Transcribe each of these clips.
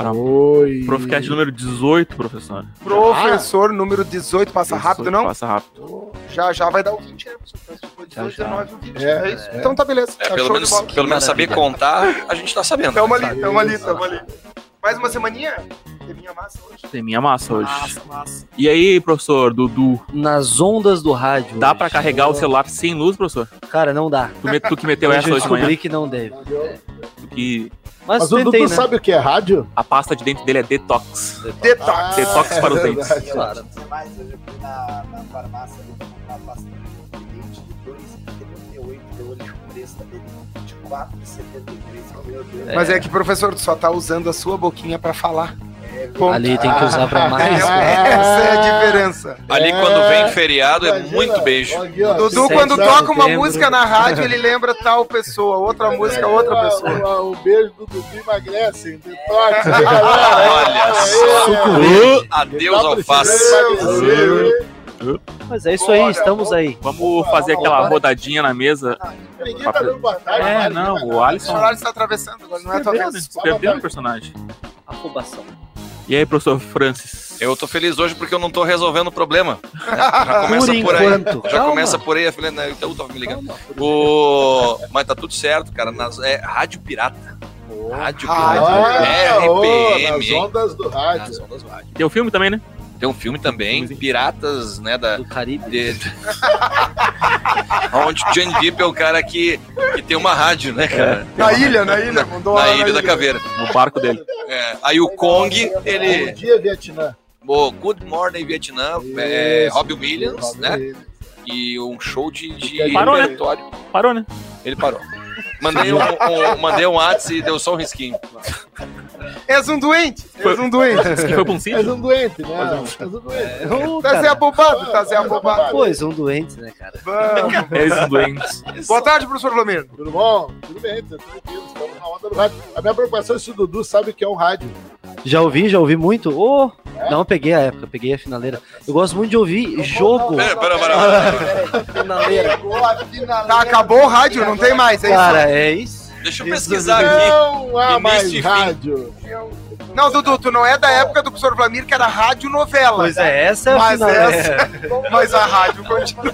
Oi. Profcast número 18, professor. Professor número 18, passa rápido, não? Passa rápido. Já vai dar o 20, né, professor? 18, 19, 20. É isso? Então tá beleza. Tá pelo menos saber contar, a gente tá sabendo. Tamo ali. Mais uma semaninha? Teminha massa hoje. Teminha massa hoje. Massa. E aí, professor Dudu? Nas ondas do rádio. Dá pra carregar o celular sem luz, professor? Cara, não dá. Tu que meteu essa eu hoje de manhã? descobri que não deve. Mas o tentei, Dudu né? sabe o que é rádio? A pasta de dente dele é detox. Detox Para os dentes. Claro. Mais, eu já fui na farmácia ali pra comprar pasta de dente de 2,78, eu olhei o preço dele de 4,73. Meu Deus. Mas é que, professor, tu só tá usando a sua boquinha pra falar. Ali tem que usar pra mais. Essa é a diferença. Ali quando vem feriado é muito beijo. Dudu, quando toca uma música na rádio, ele lembra tal pessoa, outra música, outra pessoa. O beijo do Dudu emagrece, detox, né, galera? Olha só. Adeus, alface. Mas é isso aí, estamos aí. Vamos fazer aquela rodadinha na mesa. Ninguém tá dando boa tarde. É, não, o Alisson está atravessando agora, não é a tua vez. perdeu o personagem. Afobação. E aí, professor Francis? Eu tô feliz hoje porque eu não tô resolvendo o problema. Já começa por aí. Já começa por aí. Eu falei, né, então tava me ligando. Mas tá tudo certo, cara. É rádio pirata. Rádio pirata. RPM. Nas ondas do rádio. Nas ondas do rádio. Tem o filme também, né? Tem um filme também, Piratas, né, Do Caribe. Onde o Johnny Depp é o cara que tem uma rádio, né, cara? Na ilha, mandou Na Ilha da Caveira. No barco dele. É, aí o Kong, ele... Bom dia, Vietnã. Good Morning Vietnã, Robbie Williams, né? E um show de Parou, né? repertório. Parou, né? Ele parou. Mandei um WhatsApp e deu só um risquinho. És um doente. Foi pra um sítio? És um doente, né? És um doente. Tá Zé abobado, Pois, um doente, né, cara? Vamos. É doentes. Boa tarde, professor Flamengo. Tudo bom? Tudo bem, tá tranquilo. Estamos na onda do rádio. A minha preocupação é se o Dudu sabe o que é um rádio. Já ouvi muito. Não, peguei a época, peguei a finaleira. Eu gosto muito de ouvir jogo. Pera. Finaleira. Tá, acabou o rádio, não tem mais, é isso? Cara, é isso. Deixa eu pesquisar aqui. Não há mais Início e fim. rádio. Não, Dudu, tu não é da época do professor Vlamir, que era rádio novela. Pois é, essa é a Mas finaleira. Mas a rádio continua.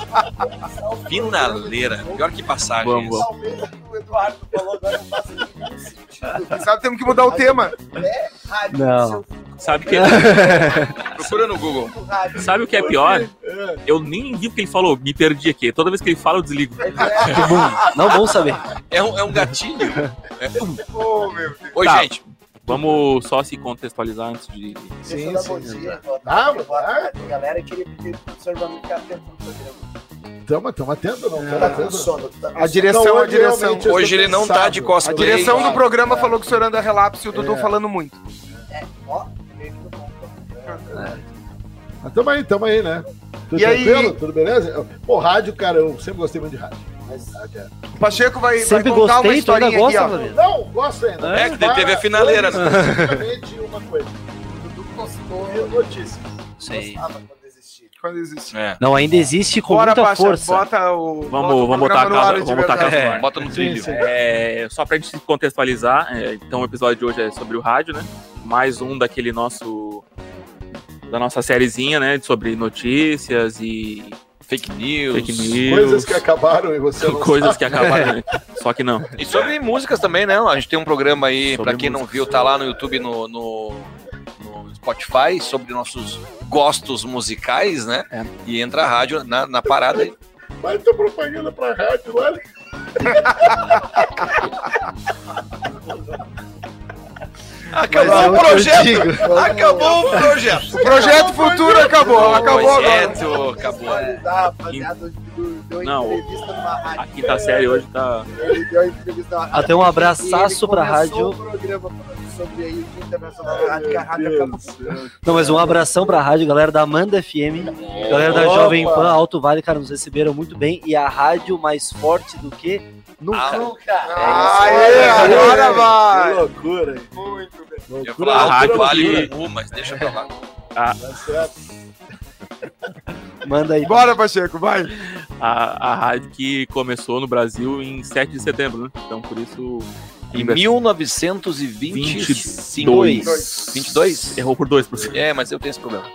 Finaleira. Pior que passagem. Vamos. O Eduardo falou agora, não faz nenhum sentido. Sabe, temos que mudar o tema. Rádio, Não. Sabe que Procura no Google. Sabe o que é pior? Eu nem vi o que ele falou, me perdi aqui. Toda vez que ele fala, eu desligo. Não bom saber. É um gatilho. Oh, meu Deus. Oi, Tá. gente. Vamos só se contextualizar antes de... Sim, Bom sim. dia, Boa boa tarde, galera. Eu queria pedir pro professor Vlamir ficar atento no programa. Estamos atento, não? Tá com sono, tá com A direção, Não, a direção. realmente, Hoje ele não tá de A cosplay. direção do programa falou que o senhor anda relapso e o Dudu falando muito. Ó, meio que bom. Mas tamo aí, né? Tudo E aí? tranquilo? Tudo beleza? Pô, rádio, cara, eu sempre gostei muito de rádio. Mas Rádio é. O Pacheco vai Sempre contar uma gostei, tu ainda historinha aqui, gosta, ó. Vlamir? Não, gosto ainda. É, que teve a finaleira, né? Especificamente uma coisa. O Dudu gostou notícias. Sei. gostava quando existia. Quando existe. É. Não, ainda existe com Bora, muita Pacha, força. bota o... Vamos botar programa a no ar casa, de vamos botar a verdade. casa no ar. Bota no trilho. sim. Só pra gente se contextualizar, então o episódio de hoje é sobre o rádio, né? Mais um daquele da nossa sériezinha, né? Sobre notícias e Fake news. Coisas que acabaram e você não coisas sabe. que acabaram, né? Só que não. E sobre músicas também, né? A gente tem um programa aí, Sobre pra quem não músicas. viu, tá lá no YouTube, no Spotify, sobre nossos gostos musicais, né? É. E entra a rádio na parada aí. Vai ter propaganda pra rádio, olha. Acabou o projeto! Acabou o projeto! O projeto futuro acabou agora. Projeto acabou. Rapaziada, o Dudu deu Não, entrevista numa rádio. A quinta série hoje tá... Ele deu entrevista numa rádio. Até um abraçaço E ele pra começou rádio. o programa falando sobre aí o Dia Internacional da Rádio, que a rádio acabou. Não, mas um abração pra rádio, galera da Amanda FM, galera da Jovem Pan, Alto Vale, cara, nos receberam muito bem. E a rádio mais forte do que nunca. Aê, agora Que vai. loucura, hein? Muito bem. Eu ia Loucura, falar A rádio alto vale que- mas deixa pra lá. Tá certo. Manda aí. Bora, Pacheco, vai. A rádio que começou no Brasil em 7 de setembro, né? Então, por isso, Em 1922. 22? Errou por 2%. É, mas eu tenho esse problema.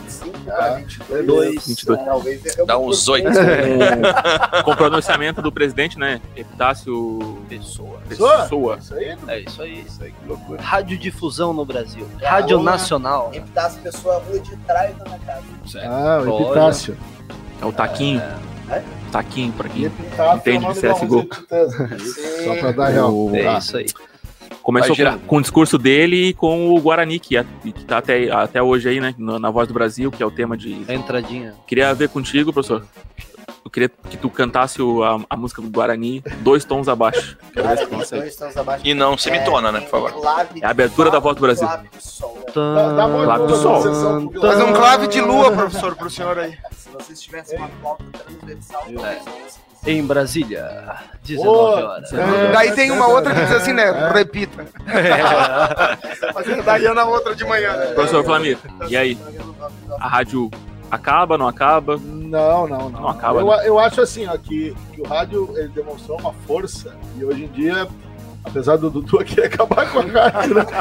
22. Talvez Dá uns 8. Com o pronunciamento do presidente, né? Epitácio Pessoa. Pessoa. Isso aí, É isso aí. que loucura. Radiodifusão no Brasil. Rádio Nacional. Epitácio, pessoa rua de trás da minha casa. Ah, o Olha. Epitácio. É o Taquinho. É? Taquinho, pra quem Epitácio entende é o nome de da CSGO. música de Titãs. Só pra dar real. É isso aí. Começou Vai girar. com o discurso dele e com o Guarani, que tá até hoje aí, né? Na Voz do Brasil, que é o tema de... A entradinha. Queria ver contigo, professor. Eu queria que tu cantasse a música do Guarani 2 tons abaixo. Quero ver se tu consegue. E não semitona, né, por favor. É a abertura da Voz do Brasil. Dá uma Clave do sol. Faz um clave de lua, professor, pro senhor aí. Se vocês tivessem uma pauta transversal, Em Brasília, 19 horas. Daí tem uma outra que diz assim, né? Repita. Mas daí é na outra de manhã. Professor Flamir, e aí? A rádio acaba, não acaba? Não. Não acaba, Eu acho assim, ó, que o rádio ele demonstrou uma força e hoje em dia, apesar do Dudu aqui acabar com a rádio, né?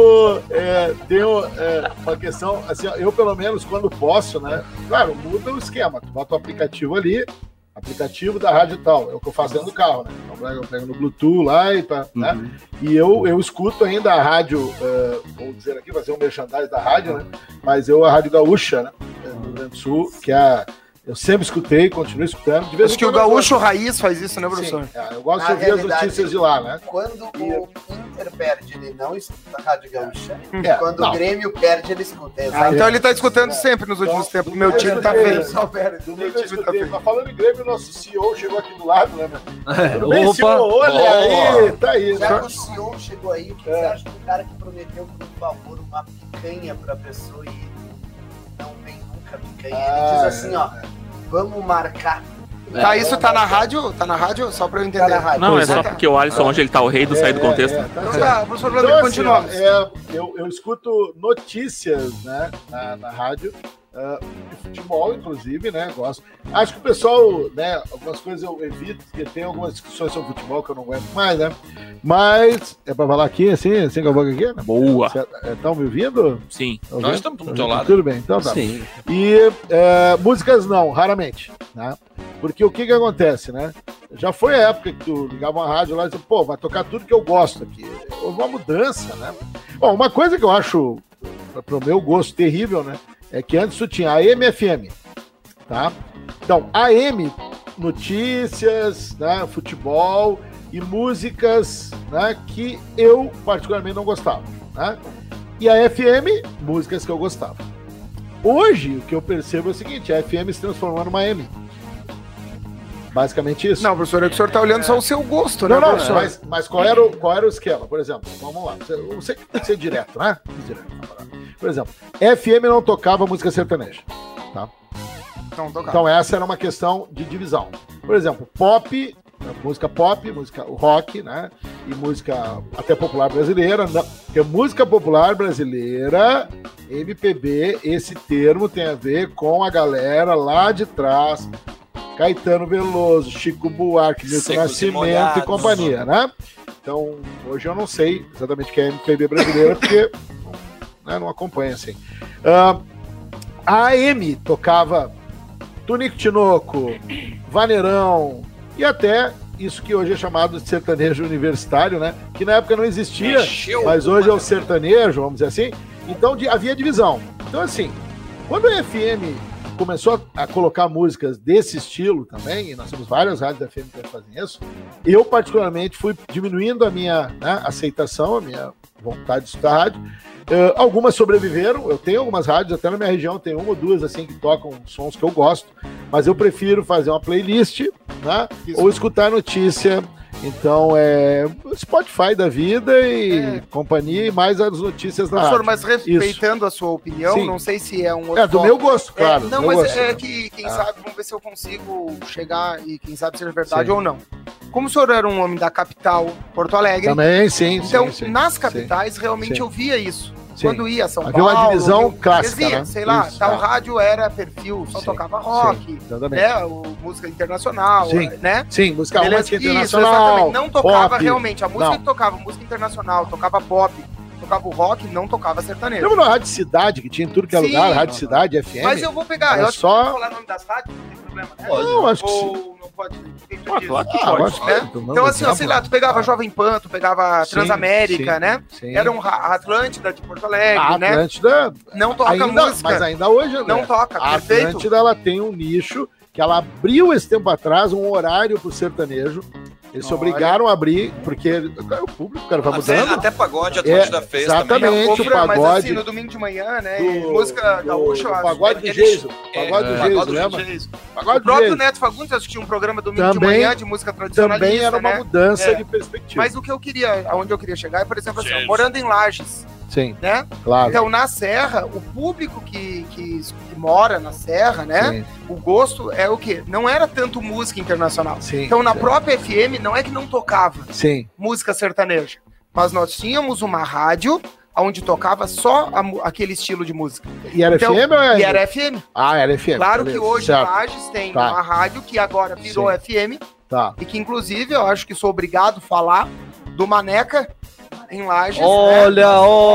Tem uma questão, assim, ó, eu pelo menos quando posso, né? Claro, muda o esquema, tu bota o aplicativo ali, aplicativo da rádio e tal, é o que eu faço dentro do carro, né? Então eu pego no Bluetooth lá e tá, né? E eu escuto ainda a rádio, vou dizer aqui, fazer um merchandising da rádio, né? Mas a Rádio Gaúcha, né? Do Rio Grande do Sul, que eu sempre escutei, continuo escutando. De vez Acho que o gaúcho raiz faz isso, né, professor? Sim, eu gosto de ouvir as notícias de lá, né? Quando o Inter perde, ele não escuta a Rádio Gaúcha. Quando não. o Grêmio perde, ele escuta. Então ele tá escutando sempre nos últimos tempos. Meu time tá feio. Só perde. Domingo eu escutei. Mas falando em Grêmio, o nosso CEO chegou aqui do lado, né, meu? Tudo bem, CEO? Opa! Olha aí, tá aí. Já Né? que o CEO chegou aí, o que você acha do cara que prometeu, por favor, uma picanha pra pessoa e não vem nunca picanha? Ele diz assim, ó, vamos marcar. Tá, isso tá na rádio? Tá na rádio? Só pra eu entender. Tá na rádio. Não, é Pois só porque o Alisson, onde ele tá, o rei do sair do contexto. Tá Então certo. tá, professor Então, Vladimir, assim, continuamos. eu escuto notícias, né, na rádio, de futebol, inclusive, né, gosto. Acho que o pessoal, né, algumas coisas eu evito, porque tem algumas discussões sobre futebol que eu não aguento mais, né, mas, é pra falar aqui, assim com a boca aqui, né? Boa. Estão me ouvindo? Sim. Tão Nós ouvindo? estamos do teu lado. Tudo bem, então tá. Sim. E músicas não, raramente, né? Porque o que acontece, né? Já foi a época que tu ligava uma rádio lá e dizia, pô, vai tocar tudo que eu gosto aqui. Houve uma mudança, né? Bom, uma coisa que eu acho, pro meu gosto, terrível, né? É que antes tu tinha a AM e FM, tá? Então, AM, notícias, né? Futebol e músicas, né? Que eu particularmente não gostava, né? E a FM, músicas que eu gostava. Hoje, o que eu percebo é o seguinte, a FM se transformou numa AM. Basicamente isso. Não, professor, é que o senhor tá olhando só o seu gosto, né? Não, professor? mas qual era o esquema? Por exemplo, vamos lá. Você tem que ser direto, né? Direto. Por exemplo, FM não tocava música sertaneja. Tá? Então essa era uma questão de divisão. Por exemplo, pop, música rock, né? E música até popular brasileira. Não, porque música popular brasileira, MPB, esse termo tem a ver com a galera lá de trás. Caetano Veloso, Chico Buarque, Milton Nascimento e companhia, né? Então, hoje eu não sei exatamente o que é MPB brasileira, porque não acompanha assim. A AM tocava Tunico Tinoco, Vaneirão e até isso que hoje é chamado de sertanejo universitário, né? Que na época não existia, mas hoje é o sertanejo, vamos dizer assim. Então havia divisão. Então, assim, quando a FM começou a colocar músicas desse estilo também, e nós temos várias rádios da FM que fazem isso, eu particularmente fui diminuindo a minha aceitação, a minha vontade de escutar rádio. Algumas sobreviveram, eu tenho algumas rádios, até na minha região tem uma ou duas assim que tocam sons que eu gosto, mas eu prefiro fazer uma playlist, né, ou escutar notícia. Então Spotify da vida e companhia e mais as notícias da professor, rádio. mas respeitando a sua opinião, Sim. não sei se é um outro... É do meu gosto, claro. Não, meu mas gosto. é que, quem sabe, vamos ver se eu consigo chegar e quem sabe seja verdade Sim. ou não. Como o senhor era um homem da capital, Porto Alegre, Também, sim. então sim, nas sim. capitais realmente Sim. eu via isso. Quando ia São Havia Paulo... uma divisão clássica, dizia, né? sei lá, Isso, tal rádio era perfil, só tocava rock, né? Música internacional, né? Sim, música Beleza? internacional. Exatamente. Não tocava pop. realmente. A música que tocava, música internacional, tocava pop, tocava o rock, não tocava sertanejo. Lembra na Rádio Cidade, que tinha em tudo que é lugar, Rádio Cidade, FM? Mas eu vou pegar, era eu acho só... que falar o nome das rádios, não tem problema, né? Não, acho que Ou não pode? Claro que pode. Né? Então, assim, ó, sei lá, tu pegava Jovem Pan, tu pegava Transamérica, né? Sim. Era um Atlântida de Porto Alegre, né? Atlântida não toca ainda, música. Mas ainda hoje, André, não toca, a perfeito. Atlântida, ela tem um nicho que ela abriu esse tempo atrás um horário pro sertanejo. Eles se obrigaram a abrir, porque o público, cara, vai mudando. Até pagode, a Atlântida fez exatamente, também. o pagode. Mas assim, no domingo de manhã, né? Música gaúcha, eu acho. Pagode do Geiso. Pagode do Geiso, lembra? O próprio Neto Fagundes, acho que tinha um programa domingo de manhã de música tradicionalista. Também era uma mudança de perspectiva. Mas o que eu queria, aonde eu queria chegar é, por exemplo, assim, morando em Lages. Sim, né? Claro. Então, na Serra, o público que mora na Serra, né? Sim. O gosto é o quê? Não era tanto música internacional. Sim, então, na própria FM, não é que não tocava música sertaneja, mas nós tínhamos uma rádio onde tocava só aquele estilo de música. E era FM ou era? E era FM. Ah, era FM. Claro que hoje Lages tem uma rádio que agora virou FM. Tá. E que, inclusive, eu acho que sou obrigado a falar do Maneca em Lages. Olha,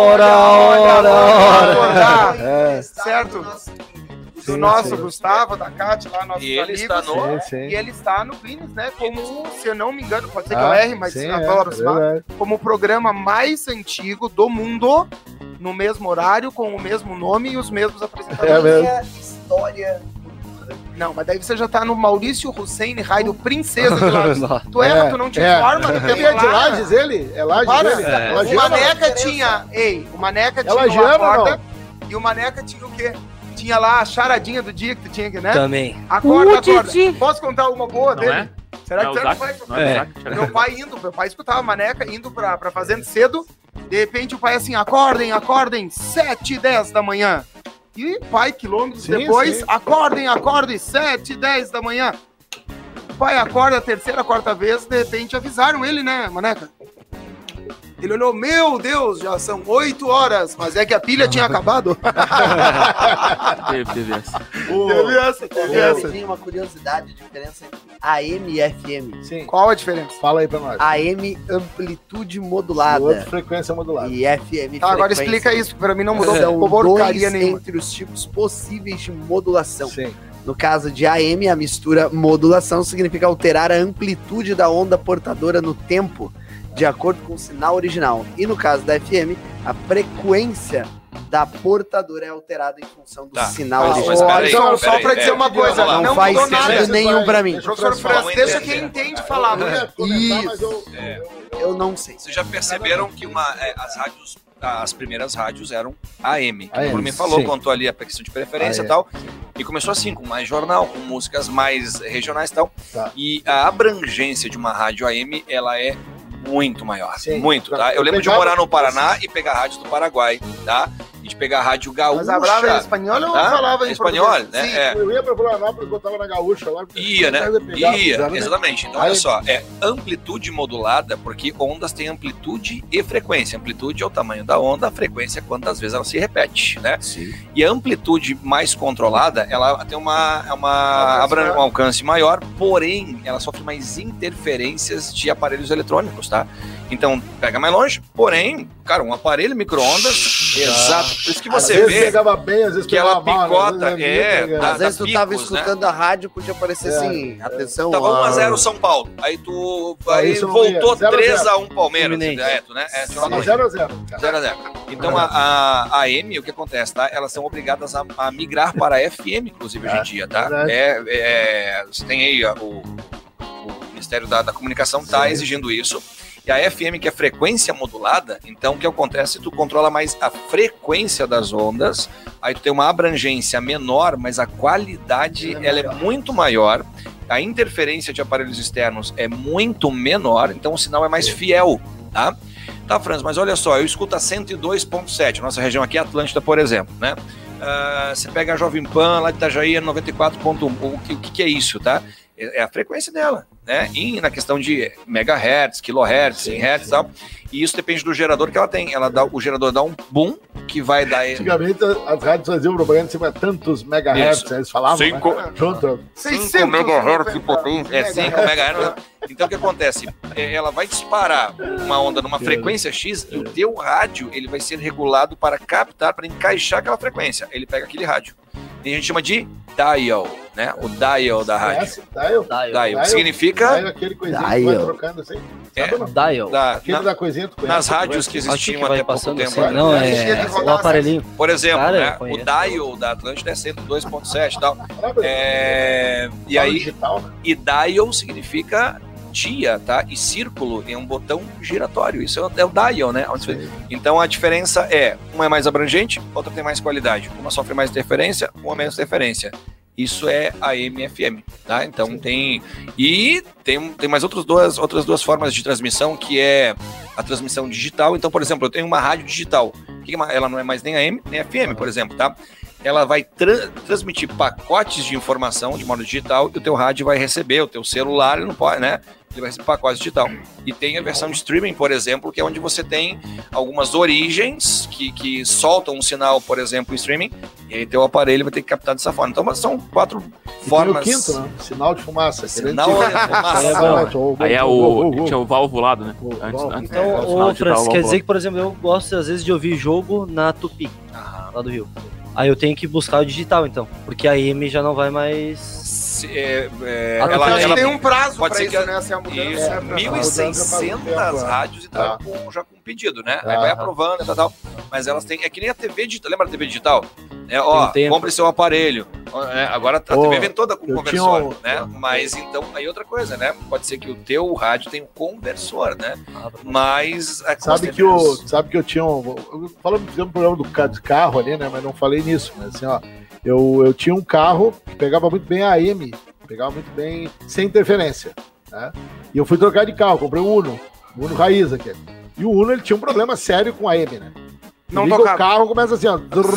certo? Do nosso Gustavo, da Cátia, lá, nossos e ele está no... E ele está no Clinis, né? Como, se eu não me engano, pode ser que eu erre, mas como o programa mais antigo do mundo, no mesmo horário, com o mesmo nome e os mesmos apresentadores. História... Não, mas daí você já tá no Maurício Hussein Raio Princesa de Lages. Tu não te informa? Ele é de Lages, ele? É Lages, ele? O Maneca tinha... o Maneca tinha uma corda. E o Maneca tinha o quê? Tinha lá a charadinha do dia que tu tinha que, né? Também. Acorda. Posso contar uma boa dele? É? Será que você não vai? Meu pai escutava a Maneca indo pra fazenda cedo. De repente o pai assim, acordem, 7h10 da manhã. E pai, quilômetros depois, acordem, 7h10 da manhã. O pai acorda a terceira, quarta vez, de repente avisaram ele, né, Maneca? Ele olhou, meu Deus, já são 8 horas, mas é que a pilha tinha acabado. Teve essa. Teve essa. Tem uma curiosidade, diferença entre AM e FM. Sim. Qual a diferença? Fala aí pra nós. AM, amplitude modulada. Outra frequência modulada. E FM, tá, agora explica isso, que pra mim não mudou. São dois entre os tipos possíveis de modulação. Sim. No caso de AM, a mistura modulação significa alterar a amplitude da onda portadora no tempo, de acordo com o sinal original. E no caso da FM, a frequência da portadora é alterada em função do sinal original. Então, só pra dizer uma coisa, não faz sentido nenhum pra mim. Deixa quem entende falar. Isso. Eu não sei. Vocês já perceberam que as primeiras rádios eram AM, que o Bruno me falou, contou ali a questão de preferência e tal, e começou assim, com mais jornal, com músicas mais regionais e tal, e a abrangência de uma rádio AM, ela é muito maior, muito, tá? Eu lembro de morar no Paraná e pegar rádios do Paraguai, tá? E de pegar a rádio gaúcha. Mas falava em espanhol ou falava em espanhol, né? Sim, eu ia pra Florianópolis, botava na gaúcha lá. Ia, né? Ia, exatamente. Então, olha só, amplitude modulada, porque ondas têm amplitude e frequência. Amplitude é o tamanho da onda, a frequência é quantas vezes ela se repete, né? Sim. E a amplitude mais controlada, ela tem um alcance maior, porém, ela sofre mais interferências de aparelhos eletrônicos, tá? Então, pega mais longe, porém, cara, um aparelho micro-ondas, exato. Por isso que você vê bem, às vezes que ela picota, às vezes tu tava escutando a rádio, podia aparecer assim, atenção. Tava 1-0 São Paulo, aí tu voltou 3-1 Palmeiras, direto, né? 0-0. Então a AM, o que acontece, tá? Elas são obrigadas a migrar para a FM, inclusive, hoje em dia, tá? Você tem aí o Ministério da Comunicação tá exigindo isso. E a FM, que é frequência modulada, então o que acontece? Tu controla mais a frequência das ondas, aí tu tem uma abrangência menor, mas a qualidade ela é muito maior, a interferência de aparelhos externos é muito menor, então o sinal é mais fiel, tá? Tá, Franz, mas olha só, eu escuto a 102.7, nossa região aqui é Atlântida, por exemplo, né? Você pega a Jovem Pan lá de Itajaí, 94.1, o que é isso, tá? É a frequência dela, né? E na questão de megahertz, kilohertz, 100 hertz e tal. E isso depende do gerador que ela tem. O gerador dá um boom, que vai dar... Antigamente as rádios faziam propaganda em cima de tantos megahertz, eles falavam, 5 megahertz de potência. 5 megahertz. Então o que acontece? Ela vai disparar uma onda numa frequência X e o teu rádio ele vai ser regulado para captar, para encaixar aquela frequência. Ele pega aquele rádio. E a gente chama de dial, né? O dial da rádio. Dial. Significa... Dial, aquele coisinho que vai trocando assim. Dial. Da coisinha, tu nas rádios que existiam até pouco tempo. Assim, não, é o aparelhinho. Por exemplo, cara, né? O dial da Atlântida é 102.7 e tal. E aí, digital, né? E dial significa dia, tá? E círculo é um botão giratório. Isso é o dial, né? Então a diferença é, uma é mais abrangente, outra tem mais qualidade. Uma sofre mais interferência, uma menos interferência. Isso é a AM/FM, tá? Então tem mais outras duas formas de transmissão, que é a transmissão digital. Então, por exemplo, eu tenho uma rádio digital, ela não é mais nem AM nem FM, por exemplo, tá? Ela vai transmitir pacotes de informação de modo digital e o teu rádio vai receber, o teu celular, ele não pode, né? Ele vai receber pacote digital. E tem a versão de streaming, por exemplo, que é onde você tem algumas origens que soltam um sinal, por exemplo, em streaming, e aí teu aparelho vai ter que captar dessa forma. Então, são 4 formas. Tem o quinto, né? Sinal de fumaça. Sinal de fumaça. Aí tinha o valvulado, né? Antes, então, Francis, quer dizer que, por exemplo, eu gosto às vezes de ouvir jogo na Tupi, lá do Rio. Aí eu tenho que buscar o digital, então, porque a AM já não vai mais... ela tem um prazo para isso, né? Se a mudança 1.600 rádios entraram já com pedido, né? Aí vai aprovando e tal. Mas elas têm... É que nem a TV digital. Lembra da TV digital? Compre seu aparelho. Agora a TV vem toda com conversor, né? Mas então, aí outra coisa, né? Pode ser que o teu rádio tenha um conversor, né? Mas... Sabe que eu tinha fizemos um programa de carro ali, né? Mas não falei nisso. Mas assim, ó, eu tinha um carro que pegava muito bem a AM, pegava muito bem sem interferência, né? E eu fui trocar de carro, comprei um Uno raiz aqui. E o Uno, ele tinha um problema sério com a AM, né? Não liga o carro, começa assim, ó,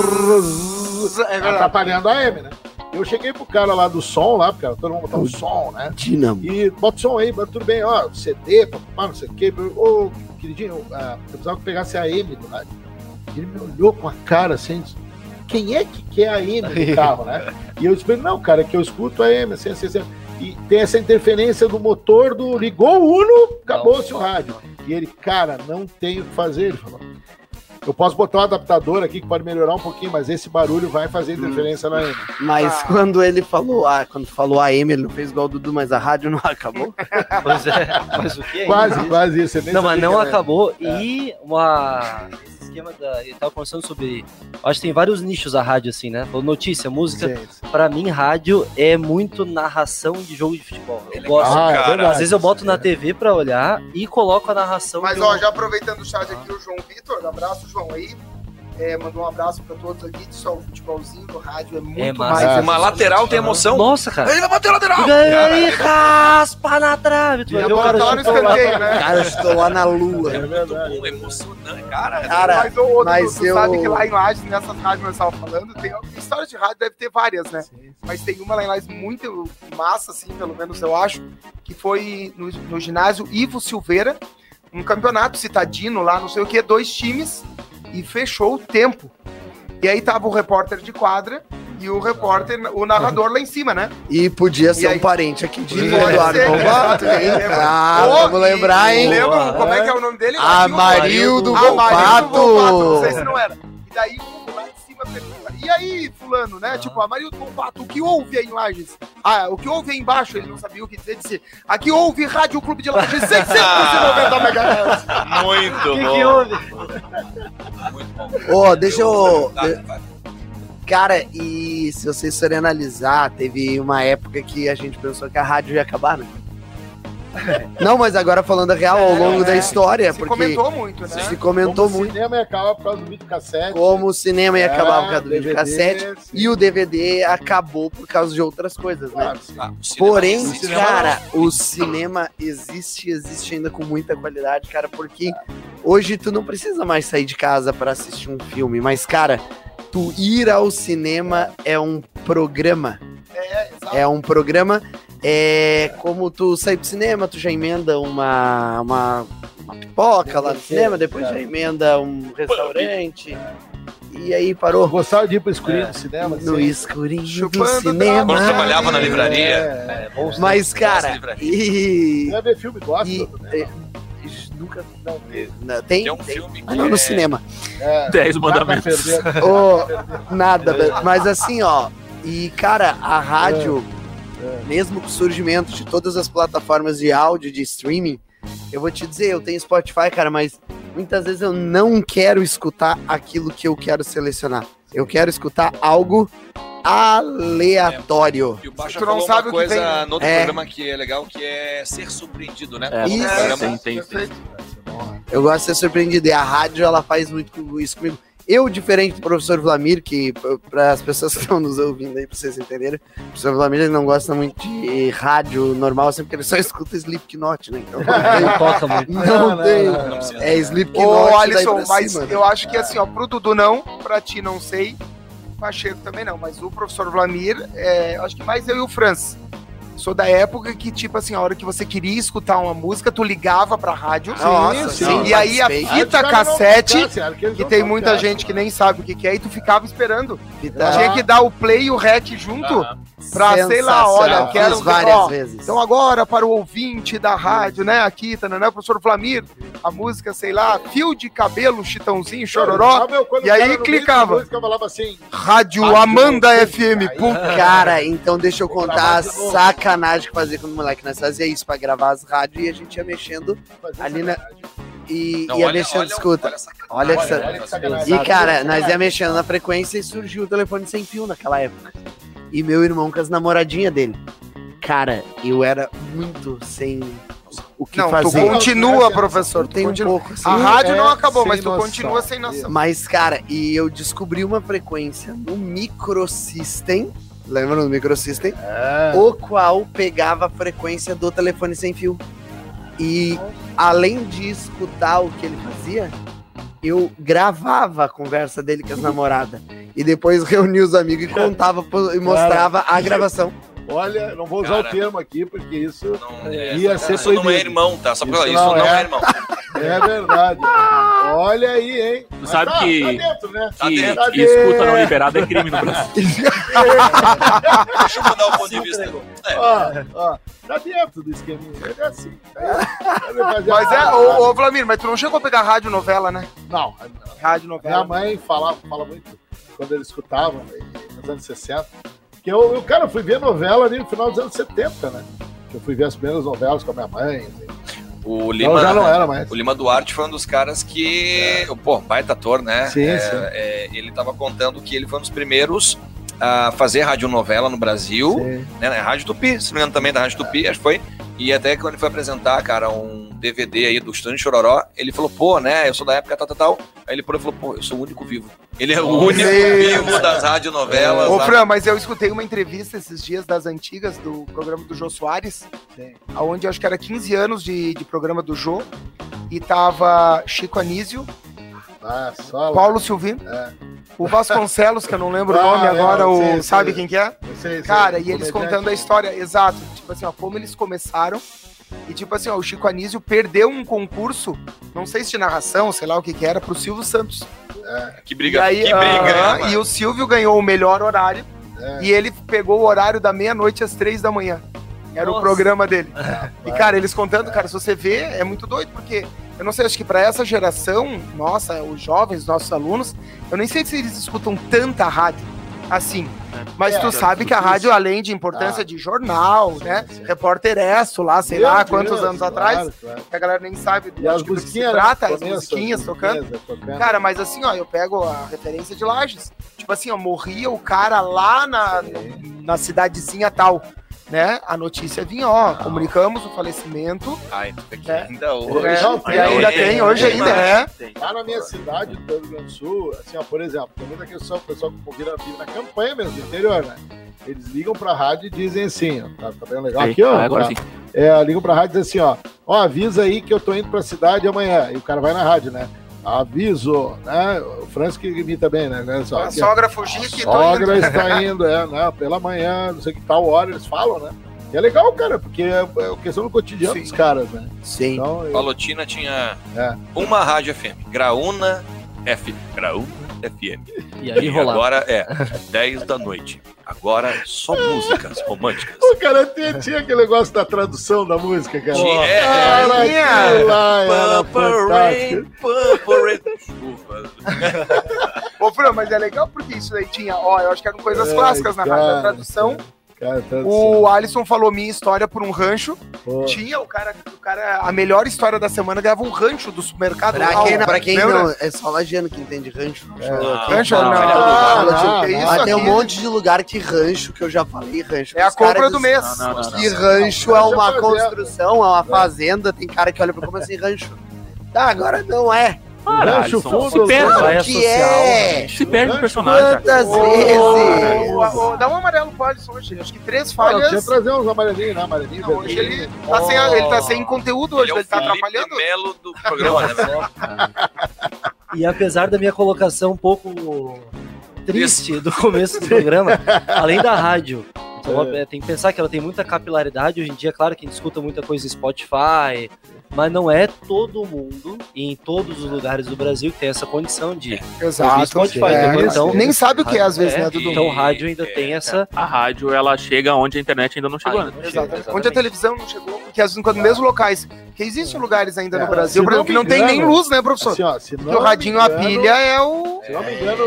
atrapalhando a AM, né? Eu cheguei pro cara lá do som, lá, porque todo mundo botar o som, né? Dinamo. E bota o som aí, tudo bem, ó, CD, não sei o quê. Ô, queridinho, eu precisava que pegasse a AM do rádio. Ele me olhou com a cara assim, quem é que quer a AM do carro, né? E eu disse, não, cara, é que eu escuto a AM, assim. E tem essa interferência do motor ligou o Uno, acabou-se o rádio. E ele, cara, não tem o que fazer, ele falou. Eu posso botar um adaptador aqui que pode melhorar um pouquinho, mas esse barulho vai fazer interferência na AM. Mas quando ele falou, quando falou AM, ele não fez igual o Dudu, mas a rádio não acabou? Pois é, mas o que é quase isso. Não, mas não acabou. E esse esquema ele tava conversando sobre... Acho que tem vários nichos a rádio, assim, né? Falou notícia, música. Sim. Pra mim, rádio é muito narração de jogo de futebol. Eu gosto. Às vezes eu boto na TV pra olhar e coloco a narração. Mas, já aproveitando o chat aqui, o João Vitor, abraço, João, aí. Mandou um abraço pra todos aqui. Só o futebolzinho no rádio é muito mais. Uma lateral tem emoção. Nossa, cara. Ele vai bater a lateral. Ele raspa na trave. Tu vai ver o cara no escanteio, né? Cara, eu estou lá na lua. É muito bom, emocionante, cara. Mas tu sabe que lá em Lages, nessas rádios que nós estávamos falando, tem histórias de rádio, deve ter várias, né? Sim. Mas tem uma lá em Lages muito massa, assim, pelo menos eu acho, que foi no ginásio Ivo Silveira, um campeonato citadino lá, não sei o que, 2 times, e fechou o tempo. E aí tava o repórter de quadra e o repórter, o narrador lá em cima, né? E podia ser um parente aqui de Eduardo Volpato, hein? Vamos lembrar, hein? Lembra como é que é o nome dele? Amarildo Volpato. Não sei se não era. E daí lá de cima pergunta, e aí, fulano, né? Tipo, Amarildo Volpato, o que houve aí em Lages? O que houve aí embaixo? Ele não sabia o que dizer, disse, aqui houve Rádio Clube de Lages 690 MHz. Muito bom. Que houve? Muito bom. Deixa eu... Cara, e se vocês forem analisar, teve uma época que a gente pensou que a rádio ia acabar, né? Não, mas agora falando a real, ao longo da história, se porque... comentou muito, né? Se comentou muito. O cinema ia acabar por causa do videocassete. Como o cinema ia acabar por causa do videocassete. E o DVD acabou por causa de outras coisas, né? Porém, cara, o cinema existe ainda com muita qualidade, cara, porque hoje tu não precisa mais sair de casa pra assistir um filme, mas, cara, tu ir ao cinema é um programa. Exato. É um programa... como tu sair pro cinema, tu já emenda uma pipoca lá no cinema, depois já emenda um restaurante. e aí parou. Gostava de ir pro escurinho do cinema? No escurinho do Chupando cinema. Quando trabalhava na livraria. Mas, cara, e... Vai ver filme, gosta? Nunca não tem um filme que no cinema. 10 mandamentos. Nada, mas assim, ó. E, cara, a rádio, mesmo com o surgimento de todas as plataformas de áudio, de streaming, eu vou te dizer, eu tenho Spotify, cara, mas muitas vezes eu não quero escutar aquilo que eu quero selecionar. Eu quero escutar algo aleatório. E o Baixo falou não sabe uma coisa no outro programa que é legal, que é ser surpreendido, né? Isso. Eu gosto de ser surpreendido. E a rádio, ela faz muito isso comigo. Eu, diferente do professor Vlamir, que para as pessoas que estão nos ouvindo aí, para vocês entenderem, o professor Vlamir ele não gosta muito de rádio normal, sempre porque ele só escuta Slipknot, né? Então não toca muito. Não tem. É Slipknot. Ô, Alisson, mas cima, eu acho que assim, ó, pro Dudu não, pra ti não sei, Pacheco também não, mas o professor Vlamir, acho que mais eu e o Franz. Sou da época que, tipo assim, a hora que você queria escutar uma música, tu ligava pra rádio. Sim. E aí a fita cassete, que tem muita gente que nem sabe o que é, e tu ficava esperando. Tinha que dar o play e o rec junto pra, sei lá, olha, quero várias vezes. Então agora, para o ouvinte da rádio, né, aqui, tá, né, o professor Vlamir, a música, sei lá, Fio de Cabelo, Chitãozinho, Chororó, e aí clicava. Música, eu falava assim, Rádio Amanda FM. Cara, então deixa eu contar a sacanagem que fazia com o moleque. Nós fazia isso pra gravar as rádios e a gente ia mexendo ali na... E ia mexendo, escuta. Olha essa. E, cara, nós ia mexendo na frequência e surgiu o telefone sem fio naquela época. E meu irmão com as namoradinhas dele. Cara, eu era muito sem o que fazer. Tu continua, professor. Tem um pouco. Assim, a rádio não acabou, mas tu continua sem noção. Mas, cara, e eu descobri uma frequência no Microsystem. Lembra do Microsystem? O qual pegava a frequência do telefone sem fio. E além de escutar o que ele fazia, eu gravava a conversa dele com as namoradas. E depois reunia os amigos e contava e mostrava a gravação. Olha, não vou usar o termo aqui, porque isso ia ser proibido. Isso não é irmão, tá? Só pra falar, isso não é irmão. É verdade. Olha aí, hein? Tu sabe que, tá dentro, né? Que escuta não liberada é crime no Brasil. Deixa eu mudar o ponto de vista. Tá dentro do esqueminha. É assim. Mas ô Vlamir, mas tu não chegou a pegar rádio novela, né? Não. Rádio novela. Minha mãe fala muito quando ele escutava, nos anos 60. Que eu fui ver novela ali no final dos anos 70, né? Eu fui ver as primeiras novelas com a minha mãe. Assim. O Lima, já não era mais. O Lima Duarte foi um dos caras que... Pô, baita ator, né? Sim. Ele tava contando que ele foi um dos primeiros a fazer radionovela no Brasil. Né? Rádio Tupi, se não me engano também da Rádio Tupi, acho que foi. E até quando ele foi apresentar, cara, um DVD aí do Estúdio Chororó, ele falou, pô, né, eu sou da época tal. Aí ele falou, pô, eu sou o único vivo. Ele é o único vivo das radionovelas. Ô, Fran, mas eu escutei uma entrevista esses dias das antigas do programa do Jô Soares, onde acho que era 15 anos de programa do Jô, e tava Chico Anísio, Paulo Silvino, o Vasconcelos, que eu não lembro o nome agora, sabe quem que é? Cara, e eles contando a história, exato, tipo assim, ó, como eles começaram, e tipo assim, ó, o Chico Anísio perdeu um concurso, não sei se de narração, sei lá o que era, pro Silvio Santos. Que briga, e aí, e o Silvio ganhou o melhor horário, e ele pegou o horário da meia-noite às 3 da manhã. Era o programa dele. E, cara, eles contando, cara, se você vê, é muito doido, porque eu não sei, acho que pra essa geração, nossa, os jovens, nossos alunos, eu nem sei se eles escutam tanta rádio assim. Mas tu sabe que a rádio, além de importância de jornal, né? Repórter Esso lá, sei lá quantos anos atrás, que a galera nem sabe do que se trata, as musiquinhas tocando. Cara, mas assim, ó, eu pego a referência de Lages. Tipo assim, ó, morria o cara lá na cidadezinha tal. Né? A notícia vinha, comunicamos o falecimento. Ainda hoje. E ainda tem, hoje ainda é. Lá na minha cidade do Rio Grande do Sul, assim, ó, por exemplo, tem muita questão, o pessoal que convida na campanha mesmo, do interior, né? Eles ligam pra rádio e dizem assim, ó, tá bem legal aqui, ó. Agora sim. Ligam pra rádio e dizem assim, ó, avisa aí que eu tô indo pra cidade amanhã. E o cara vai na rádio, né? Aviso, né? O Franz que imita bem, né? A sogra fugia que sogra está indo, né? Pela manhã, não sei que tal hora eles falam, né? E é legal, cara, porque é questão do cotidiano dos caras, né? Sim. Então, Palotina tinha uma rádio FM, Graúna FM. Graúna FM. E aí rolar. Agora é 10 da noite. Agora só músicas românticas. O cara tinha aquele negócio da tradução da música, cara. Ô, Fran, mas é legal porque isso aí tinha, eu acho que eram coisas clássicas na rádio da tradução. Cara, o Alisson falou minha história por um rancho. Tinha o cara, a melhor história da semana ganhava um rancho do supermercado. Pra quem não, é só lagiano que entende rancho. Rancho não. Tem um monte de lugar que rancho, que eu já falei, rancho. É a compra do mês. E rancho é uma construção, é uma fazenda. Tem cara que olha pra como assim, rancho. Tá, agora não é. Rancho fundo, se perde, que é? Se perde o personagem. Quantas vezes? Dá um amarelo pro Alisson hoje. Acho que 3 falhas. Deixa eu trazer uns amarelinhos, né? Amarelinho, hoje ele tá sem conteúdo hoje, ele tá atrapalhando. Ele é o Melo do programa, né? E apesar da minha colocação um pouco triste do começo do programa, além da rádio, então, tem que pensar que ela tem muita capilaridade. Hoje em dia, claro que a gente escuta muita coisa em Spotify, mas não é todo mundo e em todos os lugares do Brasil que tem essa condição de ouvir Spotify. Então, nem sabe o que é às vezes, né, Dudu? Então, o rádio ainda tem essa... A rádio, ela chega onde a internet ainda não chegou, né? Exatamente. Onde a televisão não chegou, porque às vezes, quando mesmo locais, que existem lugares ainda no Brasil, por exemplo, que não tem nem luz, né, professor? Assim, porque o radinho, a pilha é o... Se não me engano,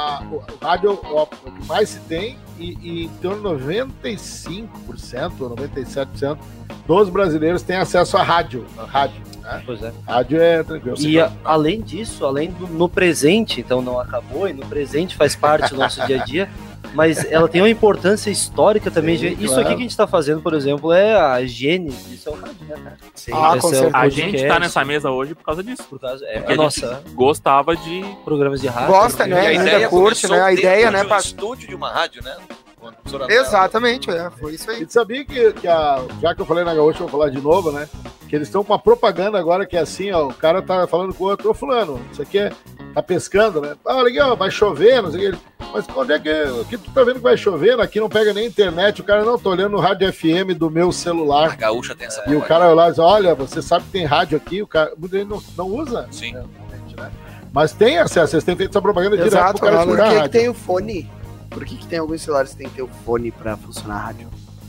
o rádio o que mais se tem, e em torno de 95% ou 97% dos brasileiros têm acesso à rádio. Né? Pois é. Rádio é tranquilo. E além disso, no presente, então não acabou, e no presente faz parte do nosso dia a dia, mas ela tem uma importância histórica também. Sim, isso aqui que a gente está fazendo, por exemplo, é a gênese, isso é o rádio, né, cara? Sim. Com certeza. A gente tá nessa mesa hoje por causa disso. Porque a gente gostava de programas de rádio. Gosta, né? A ideia curte, né? A ideia, né? Para estúdio de uma rádio, né? Exatamente, foi isso aí. E sabia que já que eu falei na Gaúcha, eu vou falar de novo, né? Que eles estão com uma propaganda agora que é assim, ó, o cara tá falando com o outro, fulano, isso aqui tá pescando, né? Legal, vai chover, não sei o que. Mas onde é que tu tá vendo que vai chover? Aqui não pega nem internet, o cara não tá olhando no rádio FM do meu celular. A Gaúcha tem essa E o cara vai lá e diz, olha, você sabe que tem rádio aqui, o cara não usa? Sim. Né? Mas tem acesso, vocês têm feito essa propaganda direto pro cara escutar a rádio. Por que tem o fone? Por que tem alguns celulares que tem que ter o fone pra funcionar a rádio?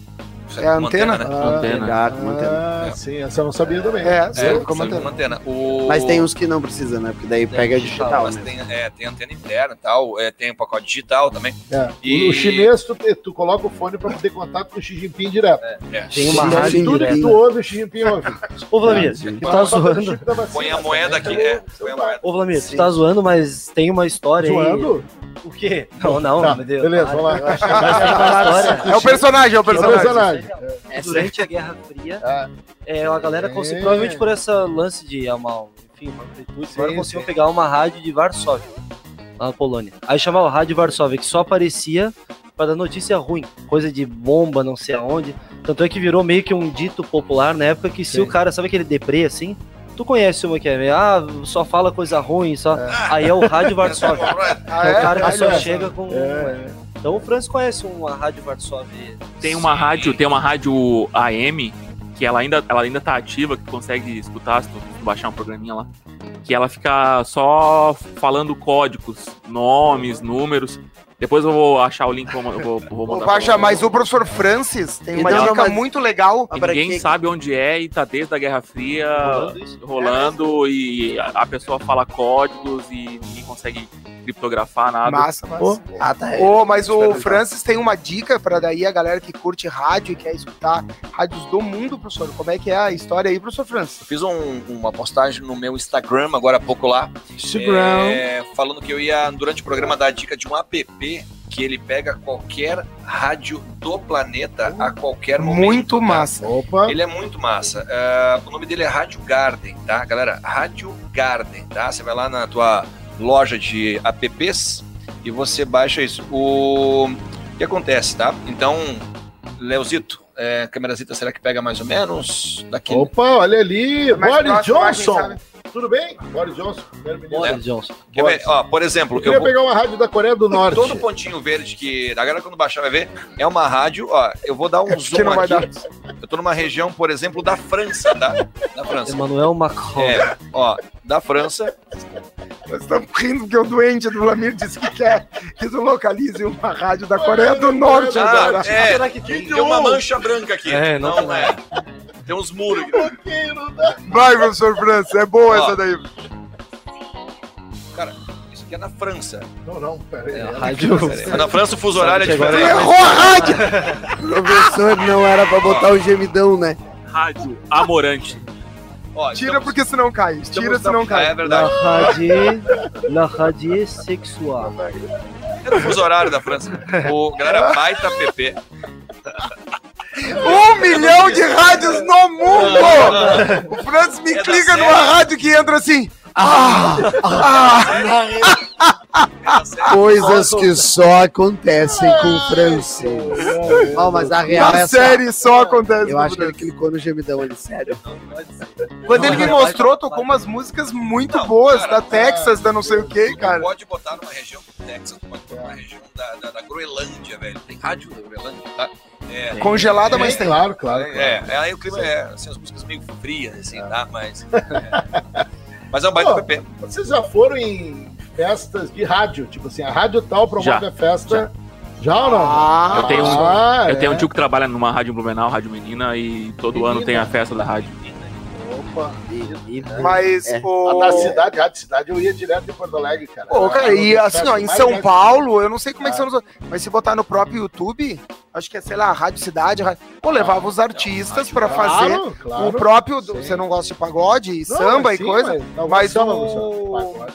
É a antena? Né? Antena. Sim, essa eu não sabia também. Como antena. Mas tem uns que não precisam, né? Porque daí pega digital. Mas tem antena interna e tal, tem um pacote digital também. O chinês, tu coloca o fone pra ter contato com o Xi Jinping direto. Tem uma rádio tudo que tu ouve, o Xi Jinping ouve. Ô, Vlamir, tu tá zoando. Põe a moeda aqui, põe a moeda. Ô, Vlamir, tu tá zoando, mas tem uma história aí. Zoando? O quê? Não, meu Deus. Beleza, vamos lá. É o personagem. Durante a Guerra Fria, a galera conseguiu, provavelmente por essa lance de uma amplitude, agora conseguiu pegar uma rádio de Varsóvia, lá na Polônia. Aí chamava Rádio Varsóvia, que só aparecia para dar notícia ruim, coisa de bomba, não sei aonde. Tanto é que virou meio que um dito popular na época que se o cara, sabe aquele deprê assim? Tu conhece uma que é, só fala coisa ruim, só. Aí é o Rádio Varsóvia. É o cara que só chega com. Então o Francis conhece uma Rádio Varsóvia. Tem uma rádio AM que ela ainda tá ativa, que consegue escutar se tu baixar um programinha lá. Que ela fica só falando códigos, nomes, números. Depois eu vou achar o link, vou mandar. Mas o professor Francis tem uma dica muito legal. Ninguém sabe onde é e tá desde a Guerra Fria rolando e a pessoa fala códigos e ninguém consegue criptografar nada. Massa. Mas o Francis tem uma dica pra daí a galera que curte rádio e quer escutar rádios do mundo, professor. Como é que é a história aí, professor Francis? Eu fiz uma postagem no meu Instagram agora há pouco lá. Falando que eu ia, durante o programa, dar a dica de um app que ele pega qualquer rádio do planeta a qualquer momento. Muito massa. Opa. Ele é muito massa. O nome dele é Rádio Garden, tá, galera? Rádio Garden, tá? Você vai lá na tua loja de apps e você baixa isso. O que acontece, tá? Então, Leozito, câmerazita, será que pega mais ou menos daqui? Opa, olha ali, Boris Johnson. Tudo bem? Boris Johnson, Boris Johnson. Quer ver? Ó, por exemplo, eu queria pegar uma rádio da Coreia do Norte. Todo pontinho verde que a galera quando baixar vai ver, é uma rádio, ó, eu vou dar um zoom aqui. Eu tô numa região, por exemplo, da França, tá? Da França. Emmanuel Macron. Ó, da França. Nós estamos rindo porque o doente do Vlamir disse que quer que tu localize uma rádio da Coreia do Norte. Será que tem uma mancha branca aqui? Não é. Tem uns muros aqui. Vai, professor França, é boa essa daí. Cara, isso aqui é na França. Não, peraí. Na França o fuso horário é diferente. Errou a rádio! Professor, não era pra botar o gemidão, né? Rádio Amorante. Tira porque senão cai. Tira senão cai. É verdade. La radio sexual. Era o fuso horário da França. Galera, baita PP. 1 milhão de rádios no mundo! O Francis me clica numa rádio que entra assim. Coisas que só acontecem com o Francis. Mas a real Na série só acontece. Eu acho que ele clicou no gemidão ali, sério. Quando ele me mostrou, tocou umas músicas muito boas, da Texas, da não sei o que, cara. Pode botar numa região do Texas, pode botar numa região da Groenlândia, velho. Tem rádio da Groenlândia, tá? Congelada, mas tem. Claro. Aí o clima assim, as músicas meio frias, assim, tá? Mas é um baita PP. Vocês já foram em festas de rádio? Tipo assim, a rádio tal promove a festa. Já ou não? Eu tenho um tio que trabalha numa rádio em Blumenau, Rádio Menina, e todo ano tem a festa da rádio. Opa. Mas a da cidade, Rádio Cidade, eu ia direto em Porto Alegre, cara. E assim, ó, em São Paulo, eu não sei como é que são os outros, mas se botar no próprio YouTube, acho que é, sei lá, Rádio Cidade, levava os artistas pra fazer o próprio. Sim. Você não gosta de pagode e samba e coisa, mas o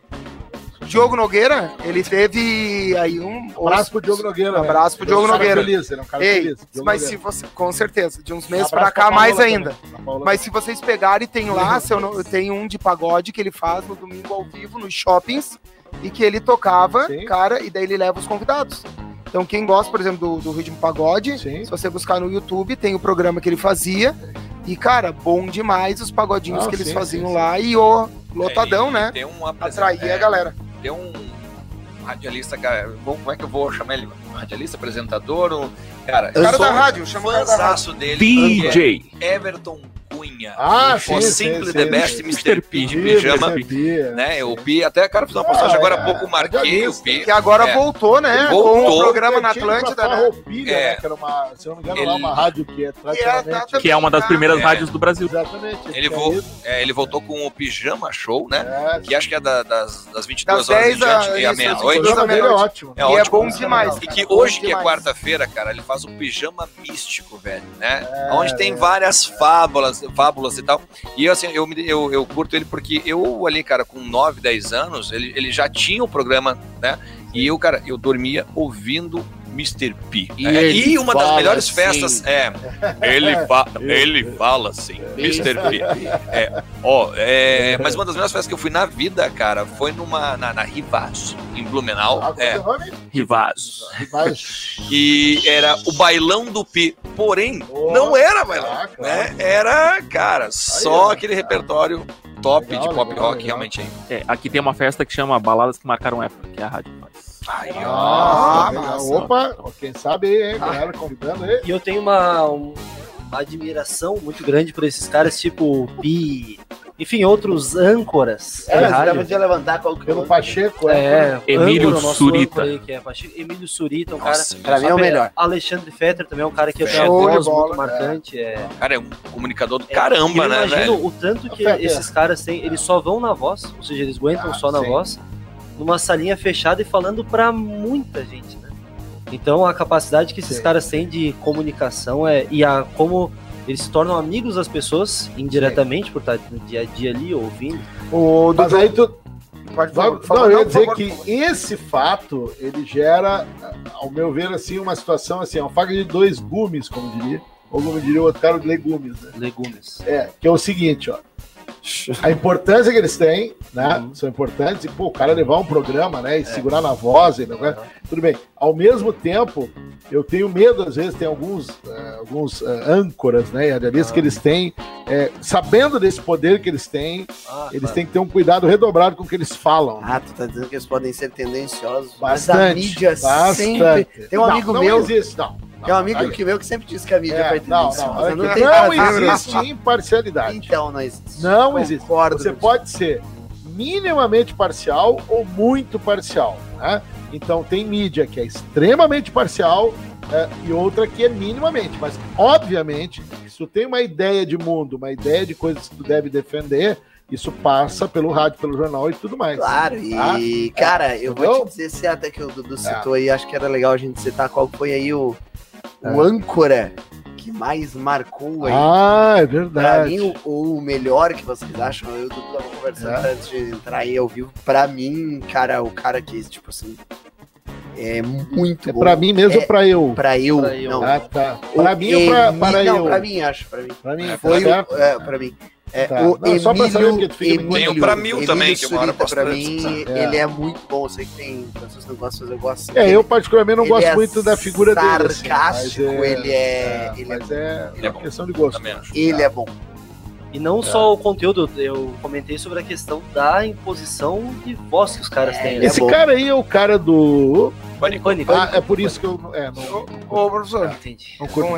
Diogo Nogueira, ele teve aí abraço pro Diogo Nogueira. Abraço pro Diogo Nogueira. Ele é um cara feliz. Mas se você, com certeza, de uns meses pra cá, mais ainda. Mas se vocês pegarem, tem lá, tem um de pagode que ele faz no domingo ao vivo, nos shoppings, e que ele tocava, cara, e daí ele leva os convidados. Então quem gosta, por exemplo, do ritmo pagode, se você buscar no YouTube, tem o programa que ele fazia, e cara, bom demais os pagodinhos que eles faziam lá, e o lotadão, né, atraía a galera. Tem um radialista, cara, como é que eu vou chamar ele? Um radialista, apresentador, cara da rádio, chamou o cansaço dele. DJ Everton Cunha. Simple The Best, Mr. P de pijama, né? O Pi, até, cara, fiz uma postagem agora há pouco, marquei o Pi. Que agora voltou, né? Voltou. Com o programa na Atlântida, né? Que era uma, se eu não me engano, lá uma rádio que é tradicionalmente... Que é uma das primeiras rádios do Brasil. Exatamente. Ele voltou com o Pijama Show, né? Que acho que é das 22 horas em diante e à meia-noite. É ótimo. E é bom demais. E que hoje, que é quarta-feira, cara, ele faz o Pijama Místico, velho, né? Onde tem várias fábulas e tal. E assim, eu curto ele porque eu ali, cara, com 9, 10 anos, ele já tinha o programa, né? E eu, cara, eu dormia ouvindo Mr. P. E uma das melhores festas ele fala assim, Mr. P. Mas uma das melhores festas que eu fui na vida, cara, foi na Rivaz, em Blumenau. Rivaz. E era o bailão do Pi. Porém, não era bailão, né? Era, cara, só aquele repertório top de pop rock, realmente. Aqui tem uma festa que chama Baladas que Marcaram Época, que é a rádio faz. Opa, quem sabe aí, galera, convidando aí. E eu tenho uma admiração muito grande por esses caras, tipo Pi, enfim, outros âncoras. Já podia levantar pelo Pacheco, Emílio Surita. Emílio Surita, um cara. Pra mim é o melhor. Alexandre Fetter também é um cara que eu tenho uma voz muito marcante. Cara, é um comunicador do caramba, né? Imagina o tanto que esses caras têm, eles só vão na voz, ou seja, eles aguentam só na voz, numa salinha fechada e falando pra muita gente, né? Então a capacidade que esses caras têm de comunicação como eles se tornam amigos das pessoas indiretamente, por estar no dia a dia ali ouvindo. Mas aí eu ia dizer que esse fato, ele gera, ao meu ver, assim, uma situação assim, uma faca de dois gumes, como diria, ou como diria o outro cara, legumes, né? Legumes. Que é o seguinte, ó. A importância que eles têm, né? São importantes. E, o cara levar um programa, né? E segurar na voz, né? Tudo bem. Ao mesmo tempo, eu tenho medo, às vezes, tem alguns âncoras, né? E radialistas que eles têm, sabendo desse poder que eles têm, eles têm que ter um cuidado redobrado com o que eles falam. Tu tá dizendo que eles podem ser tendenciosos. Bastante. Mas a mídia sempre... Tem um amigo meu... Não existe, Tem um amigo meu que sempre diz que a mídia vai ter não existe imparcialidade. Então não existe. Não existe. Você pode ser minimamente parcial ou muito parcial, né? Então tem mídia que é extremamente parcial e outra que é minimamente, mas obviamente, se tu tem uma ideia de mundo, uma ideia de coisas que tu deve defender, isso passa pelo rádio, pelo jornal e tudo mais. Claro, e cara, eu vou te dizer, se até que o Dudu citou aí, acho que era legal a gente citar qual foi aí o âncora que mais marcou aí. É verdade. Pra mim, o melhor que vocês acham, eu e o Dudu tava conversando antes de entrar aí ao vivo, pra mim, cara, o cara que, tipo assim, é muito bom. Pra mim mesmo ou pra eu? Pra eu. Não. Tá. Pra mim ou para eu? Não, pra mim, acho. Pra mim. Foi pra mim. O Emílio, tem o pra mil também, que uma hora pra mim, ele é muito bom. Eu sei que tem pessoas que não gostam, mas eu gosto. Eu particularmente não gosto muito da figura dele. Sarcástico, ele é uma questão de gosto. Ele é bom. E não só o conteúdo, eu comentei sobre a questão da imposição de voz que os caras têm. Né? Esse cara aí é o cara do... Pânico. É por isso que eu não... Ô, professor. Entendi. Não curto.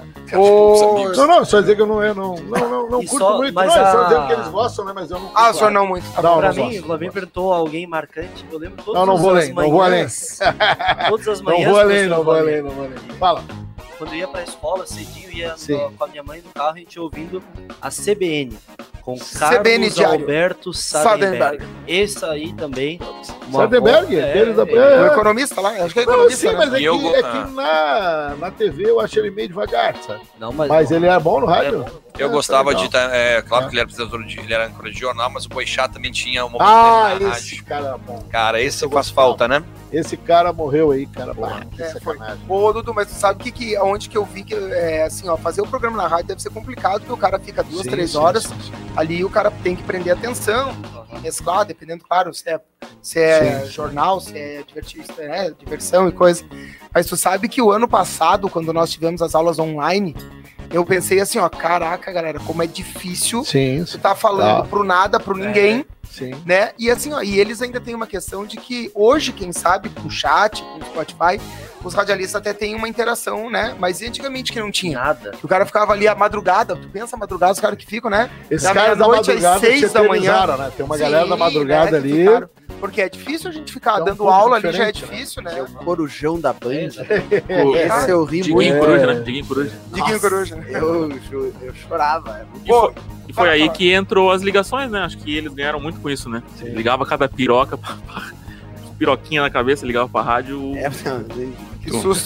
Não, só dizer que eu não curto muito. Não, só dizer que eles gostam, né? Mas eu não curto. Ah, só não muito. Pra mim, o Flavinho perguntou alguém marcante. Eu lembro todas não vou as além, manhãs. não vou além. Todas as manhãs. Não vou além. Fala. Quando eu ia pra escola cedinho, ia com a minha mãe no carro, a gente ouvindo a CBN. Com Carlos Alberto Sardenberg. Esse aí também. Sardenberg? O economista lá? Acho que é economista. Sim, mas é que na TV eu achei ele meio devagar, sabe? Não, mas ele é bom no rádio? Eu gostava de... claro que ele era apresentador ele era âncora de jornal, mas o Boixá também tinha uma esse rádio. Cara é bom. Cara, esse faz falta, né? Esse cara morreu aí, cara. Que sacanagem. Ô, Dudu, mas tu sabe onde que eu vi que, assim, ó, fazer o programa na rádio deve ser complicado, porque o cara fica 2, 3 horas, ali o cara tem que prender atenção, mesclar, dependendo, claro, se é jornal, se é diversão e coisa. Mas tu sabe que o ano passado, quando nós tivemos as aulas online, eu pensei assim, ó, caraca, galera, como é difícil tu tá falando pro nada, pro ninguém, né? E assim, ó, e eles ainda têm uma questão de que hoje, quem sabe, com o chat, com o Spotify, os radialistas até têm uma interação, né? Mas antigamente que não tinha. Nada. O cara ficava ali à madrugada, tu pensa a madrugada, os caras que ficam, né? Esses caras da madrugada, às 6 da manhã, né? Tem uma galera da madrugada ali. Ficaram, porque é difícil a gente ficar dando aula ali, já é difícil, né? É o corujão da Band. Esse eu ri muito. Diguinho Coruja. Diguinho Coruja. Eu chorava. E foi aí que entrou as ligações, né? Acho que eles ganharam muito com isso, né? Ligava cada piroca, piroquinha na cabeça, ligava pra rádio. Que susto.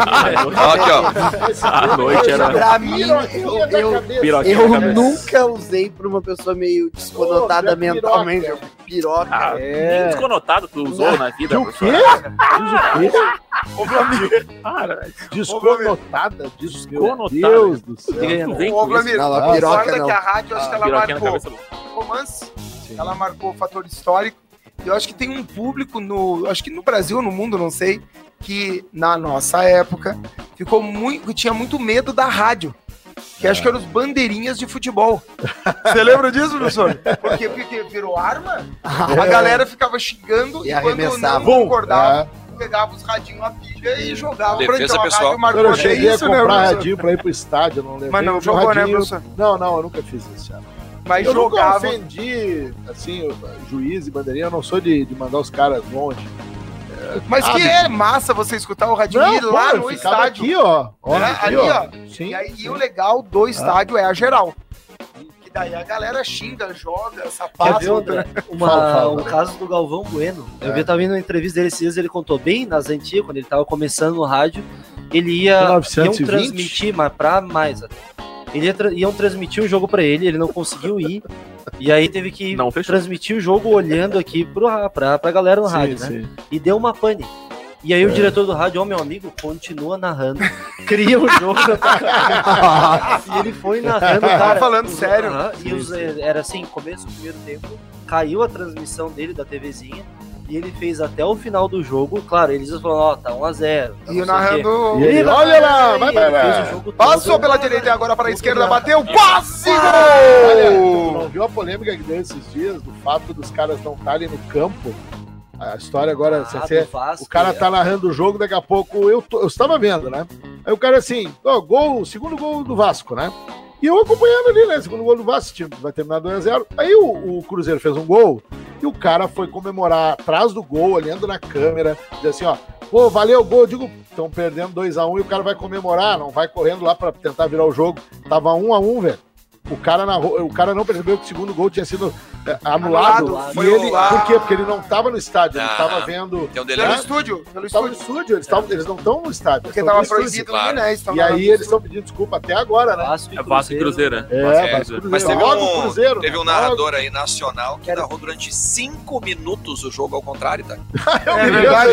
À noite era... Pra mim, eu nunca usei pra uma pessoa meio desconotada mentalmente. Piroca. Nem desconotado tu usou na vida. O quê? Desconotada? Desconotada. Deus do céu. Ô, Vlamir, não, piroca não. Que a rádio, acho que ela marcou romance, ela marcou o fator histórico. E eu acho que tem um público, acho que no Brasil, no mundo, não sei, que na nossa época tinha muito medo da rádio. Que acho que eram os bandeirinhas de futebol. Você lembra disso, professor? Porque virou arma, a galera ficava xingando e quando não concordava, pegava os radinhos a pilha e jogava pra então pessoal. Eu cheguei a comprar radinho pra ir pro estádio, não lembro. Mas não jogou, né, professor? Não, eu nunca fiz isso, Mas eu jogava... nunca ofendi, assim, juiz e bandeirinha, eu não sou de mandar os caras longe. Mas que é massa você escutar o radinho e ir lá no estádio. Aqui, ó. Ali, ó. Sim, e o legal do estádio é a geral. Que daí a galera xinga, joga, sapato. Um caso do Galvão Bueno. Eu tava vendo uma entrevista dele esses dias, ele contou bem nas antigas, quando ele tava começando no rádio, ele iam transmitir, mas pra mais até. Iam transmitir o jogo pra ele não conseguiu ir. E aí teve que transmitir o jogo olhando aqui pra galera no rádio, né? E deu uma pane. E aí o diretor do rádio, meu amigo, continua narrando, cria o jogo. E ele foi narrando, cara. Falando sério. Era assim, começo do primeiro tempo, caiu a transmissão dele da TVzinha. E ele fez até o final do jogo. Claro, eles falaram, tá 1-0. E o narrando... Olha lá, vai. Passou pela direita e agora para a esquerda, bateu, quase gol! Olha, não viu a polêmica que deu esses dias, do fato dos caras não estarem no campo? A história agora, o cara tá narrando o jogo, daqui a pouco, eu estava vendo, né? Aí o cara assim, segundo gol do Vasco, né? E eu acompanhando ali, né? Segundo gol do Vasco, vai terminar 2-0. Aí o Cruzeiro fez um gol, E o cara foi comemorar atrás do gol, olhando na câmera, dizer assim, ó, pô, valeu o gol. Eu digo, estão perdendo 2-1 e o cara vai comemorar, não vai correndo lá pra tentar virar o jogo. Tava 1-1, velho. O cara não percebeu que o segundo gol tinha sido anulado. E ele, por quê? Porque ele não estava no estádio, ele estava vendo... Pelo estúdio. Estava no estúdio, eles não estão no estádio. Porque estava proibido, né? E aí eles estão pedindo desculpa até agora, né? Vasco e Cruzeiro. Mas teve um narrador aí nacional que narrou durante 5 minutos o jogo ao contrário, tá? É verdade,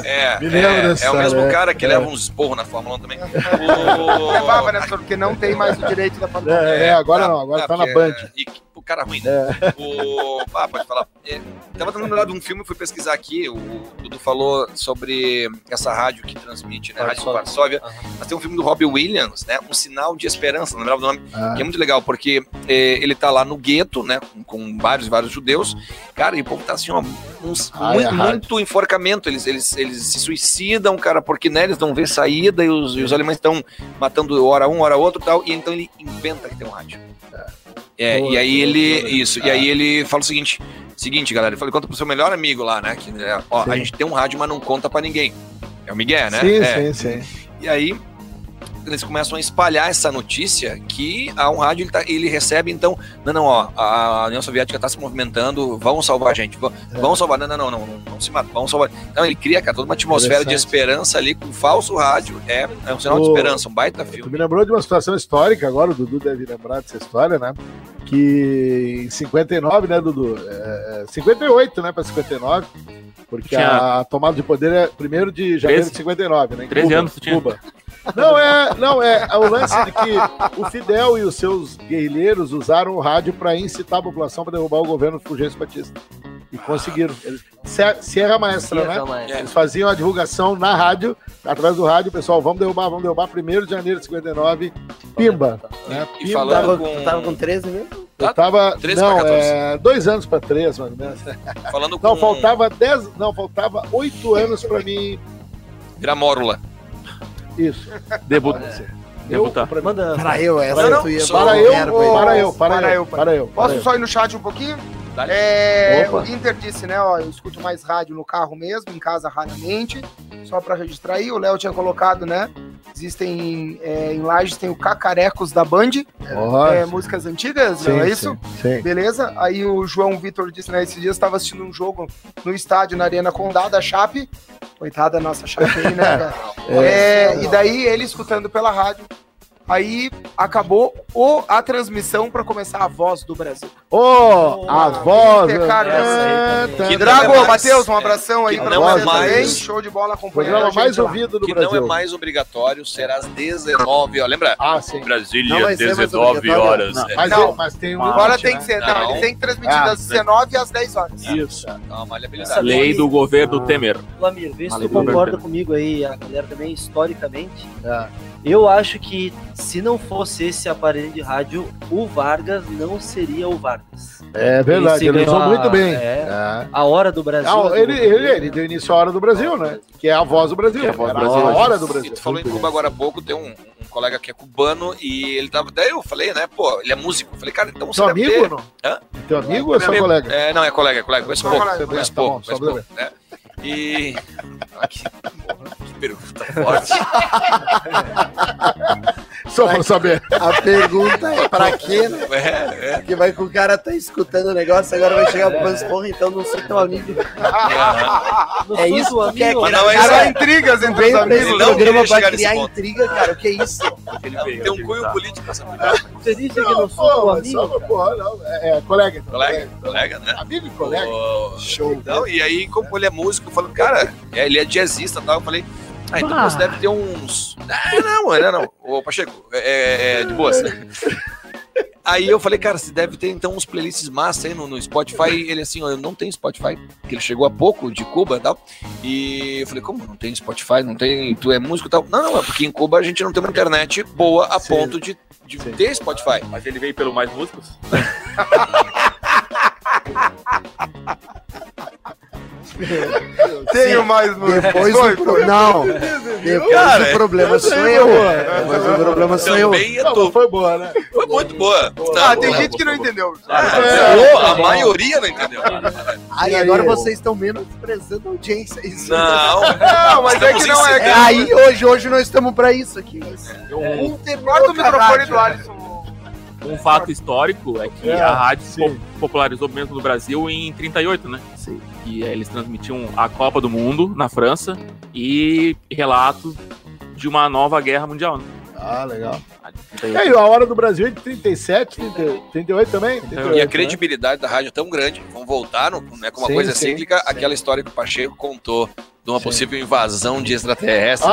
é o mesmo cara que leva uns esporros na Fórmula 1 também. Levava, né, porque não tem mais o direito da Fórmula 1. Agora não, agora tá na Band. O cara ruim, né? Pode falar. Tava dando lado de um filme, fui pesquisar aqui. O Dudu falou sobre essa rádio que transmite, né? Rádio Varsóvia. Mas tem um filme do Robbie Williams, né? Um Sinal de Esperança, não lembrava do nome. Que é muito legal, porque ele tá lá no gueto, né? Com vários judeus. Cara, e o povo tá assim, ó, muito enforcamento. Eles se suicidam, cara, porque né, eles não vê saída e os alemães estão matando hora um, hora outro e tal. E então ele inventa que tem um rádio. E aí ele fala o seguinte, galera, ele falou, conta pro seu melhor amigo lá, né, que, a gente tem um rádio, mas não conta pra ninguém. É o Miguel, né? Sim. E aí eles começam a espalhar essa notícia que há um rádio, ele recebe, então, a União Soviética tá se movimentando, vão salvar a gente, vão salvar, não se mata, vão salvar. Então ele cria, cara, toda uma atmosfera de esperança ali com falso rádio, é um sinal de esperança, um baita filme. Tu me lembrou de uma situação histórica agora, o Dudu deve lembrar dessa história, né, que em 59, né, Dudu, 58, né, para 59, porque a tomada de poder é 1º de janeiro de 59, né, em 13 anos tu tinha. Cuba. Não, é o lance de que o Fidel e os seus guerrilheiros usaram o rádio para incitar a população para derrubar o governo Fulgêncio Batista. E conseguiram. Sierra Maestra, né? Eles faziam a divulgação na rádio, através do rádio, pessoal, vamos derrubar, 1º de janeiro de 59, pimba. Né? E falando Tu tava com 13 mesmo? Eu tava, 13 não, pra 14. 2 anos para 3, mano. Falando não, faltava 8 anos para mim virar mórula. Isso. Debutar. Para eu, Para eu. Posso só ir no chat um pouquinho? O Inter disse, né, eu escuto mais rádio no carro mesmo, em casa raramente, só para registrar aí, o Léo tinha colocado, né, existem, em Lages tem o Cacarecos da Band, músicas antigas, sim, não é isso? Sim. Beleza? Aí o João Vitor disse, né, esses dias estava assistindo um jogo no estádio, na Arena Condá, da Chape, coitada da nossa Chape aí, né, e daí ele escutando pela rádio, aí acabou a transmissão para começar a Voz do Brasil. A Voz! Drago, Matheus, um abração aí para você também. Show de bola acompanhando. Programa mais ouvido do Brasil. Que não é mais obrigatório, será às 19 horas. Lembra? Sim. Brasília, 19 horas. Mas tem um agora limite, tem que ser. Não, ele tem que transmitir das 19 às 10 horas. Isso. Uma malhabilidade. Lei do governo Temer. Lamir, vê se tu concorda comigo aí, a galera também, historicamente. Eu acho que se não fosse esse aparelho de rádio, o Vargas não seria o Vargas. É verdade, ele usou muito bem. A Hora do Brasil. Ele deu início à Hora do Brasil, né? Que é a Voz do Brasil. A Hora do Brasil. Tu falou em Cuba agora há pouco, tem um colega que é cubano e ele tava... Daí eu falei, né, pô, ele é músico. Eu falei, cara, então você deve ter... Não? Hã? Teu amigo ou é só colega? Não, é colega. Conheço pouco, né? E... Que pergunta forte. Só pra saber. A pergunta é pra quê, né? Porque vai que o cara tá escutando o negócio, agora vai chegar pro Pansporra, então não sou teu amigo. É isso que é criar intrigas entre os amigos. O programa vai criar intriga, cara. O que é isso? Tem um cunho político nessa Você disse que não sou teu amigo? Colega. Colega, né? Amigo e colega. Show. E aí, como ele é músico, eu falei, cara, ele é jazzista e tal. Eu falei, então você deve ter uns... Não. Ô, Pacheco, de boas. Aí eu falei, cara, você deve ter então uns playlists massa aí no Spotify. Ele assim, eu não tenho Spotify, porque ele chegou há pouco de Cuba e tal. E eu falei, como não tem Spotify? Não tem, tu é músico e tal? Não, é porque em Cuba a gente não tem uma internet boa a ponto de ter Spotify. Mas ele veio pelo Mais Músicos? Tenho mais música. Depois o problema sou eu. Mas o problema sou eu. Foi boa, né? Foi muito boa. Tem gente que não entendeu. A maioria não entendeu. Aí agora vocês estão menosprezando a audiência. Isso. Não, mas é que não é. Aí hoje nós estamos pra isso aqui. Corta o microfone do Alisson. Um fato histórico é que a rádio se popularizou mesmo no Brasil em 38, né? Sim. E eles transmitiam a Copa do Mundo na França e relatos de uma nova guerra mundial, né? Ah, legal. E aí, a hora do Brasil é de 37, 38 também? 38, e a credibilidade da rádio é tão grande, vão voltar né, com uma coisa cíclica, aquela história que o Pacheco contou de uma possível invasão de extraterrestres.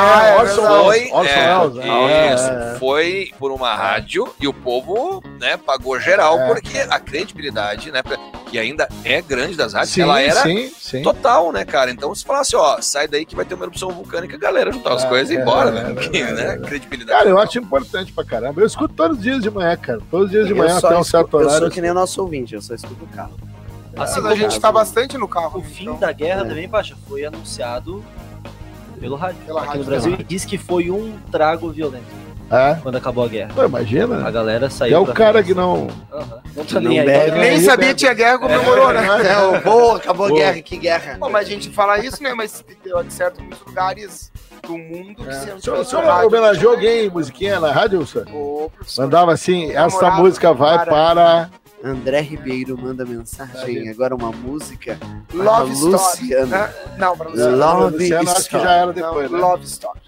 Foi por uma rádio e o povo, né, pagou geral, porque a credibilidade, né, e ainda é grande das rádios, ela era total, né, cara? Então se falasse, sai daí que vai ter uma erupção vulcânica, a galera juntar as coisas e ir embora, né? Credibilidade. Cara, eu acho importante pra caramba. Eu escuto todos os dias de manhã, cara. Todos os dias de manhã até um certo horário. Eu sou que nem o nosso ouvinte, eu só escuto o carro. Assim, a gente tá bastante no carro. O fim da guerra também, Pacha, foi anunciado pelo rádio. Aqui no Brasil, e diz que foi um trago violento. Quando acabou a guerra. Pô, imagina. A galera saiu. E é o cara que não. Não tá nem aí. Nem sabia que tinha guerra, comemorou, né? Acabou a guerra, que guerra. Pô, mas a gente fala isso, né? Mas de certo, muitos lugares do mundo que se O senhor homenageou alguém, musiquinha na rádio, senhor? Mandava assim, essa música vai para... André Ribeiro manda mensagem, agora uma música. Love Story. Não, para Luciano. Love Story. Acho que já era depois, né? Love Story.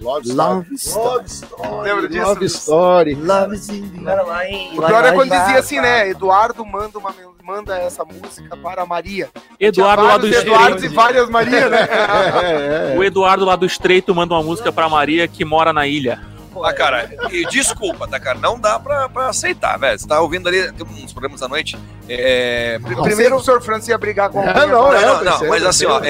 Lembra disso? Love Story. O pior é quando dizia assim, né? Eduardo manda essa música para Maria. Eduardo lá do Estreito. E várias Maria, né? O Eduardo lá do Estreito manda uma música para Maria que mora na ilha. Cara, e desculpa, tá, cara? Não dá pra aceitar, velho. Você tá ouvindo ali, tem uns programas da noite. Primeiro o senhor Francis ia brigar com alguém. Não, mas assim, ó,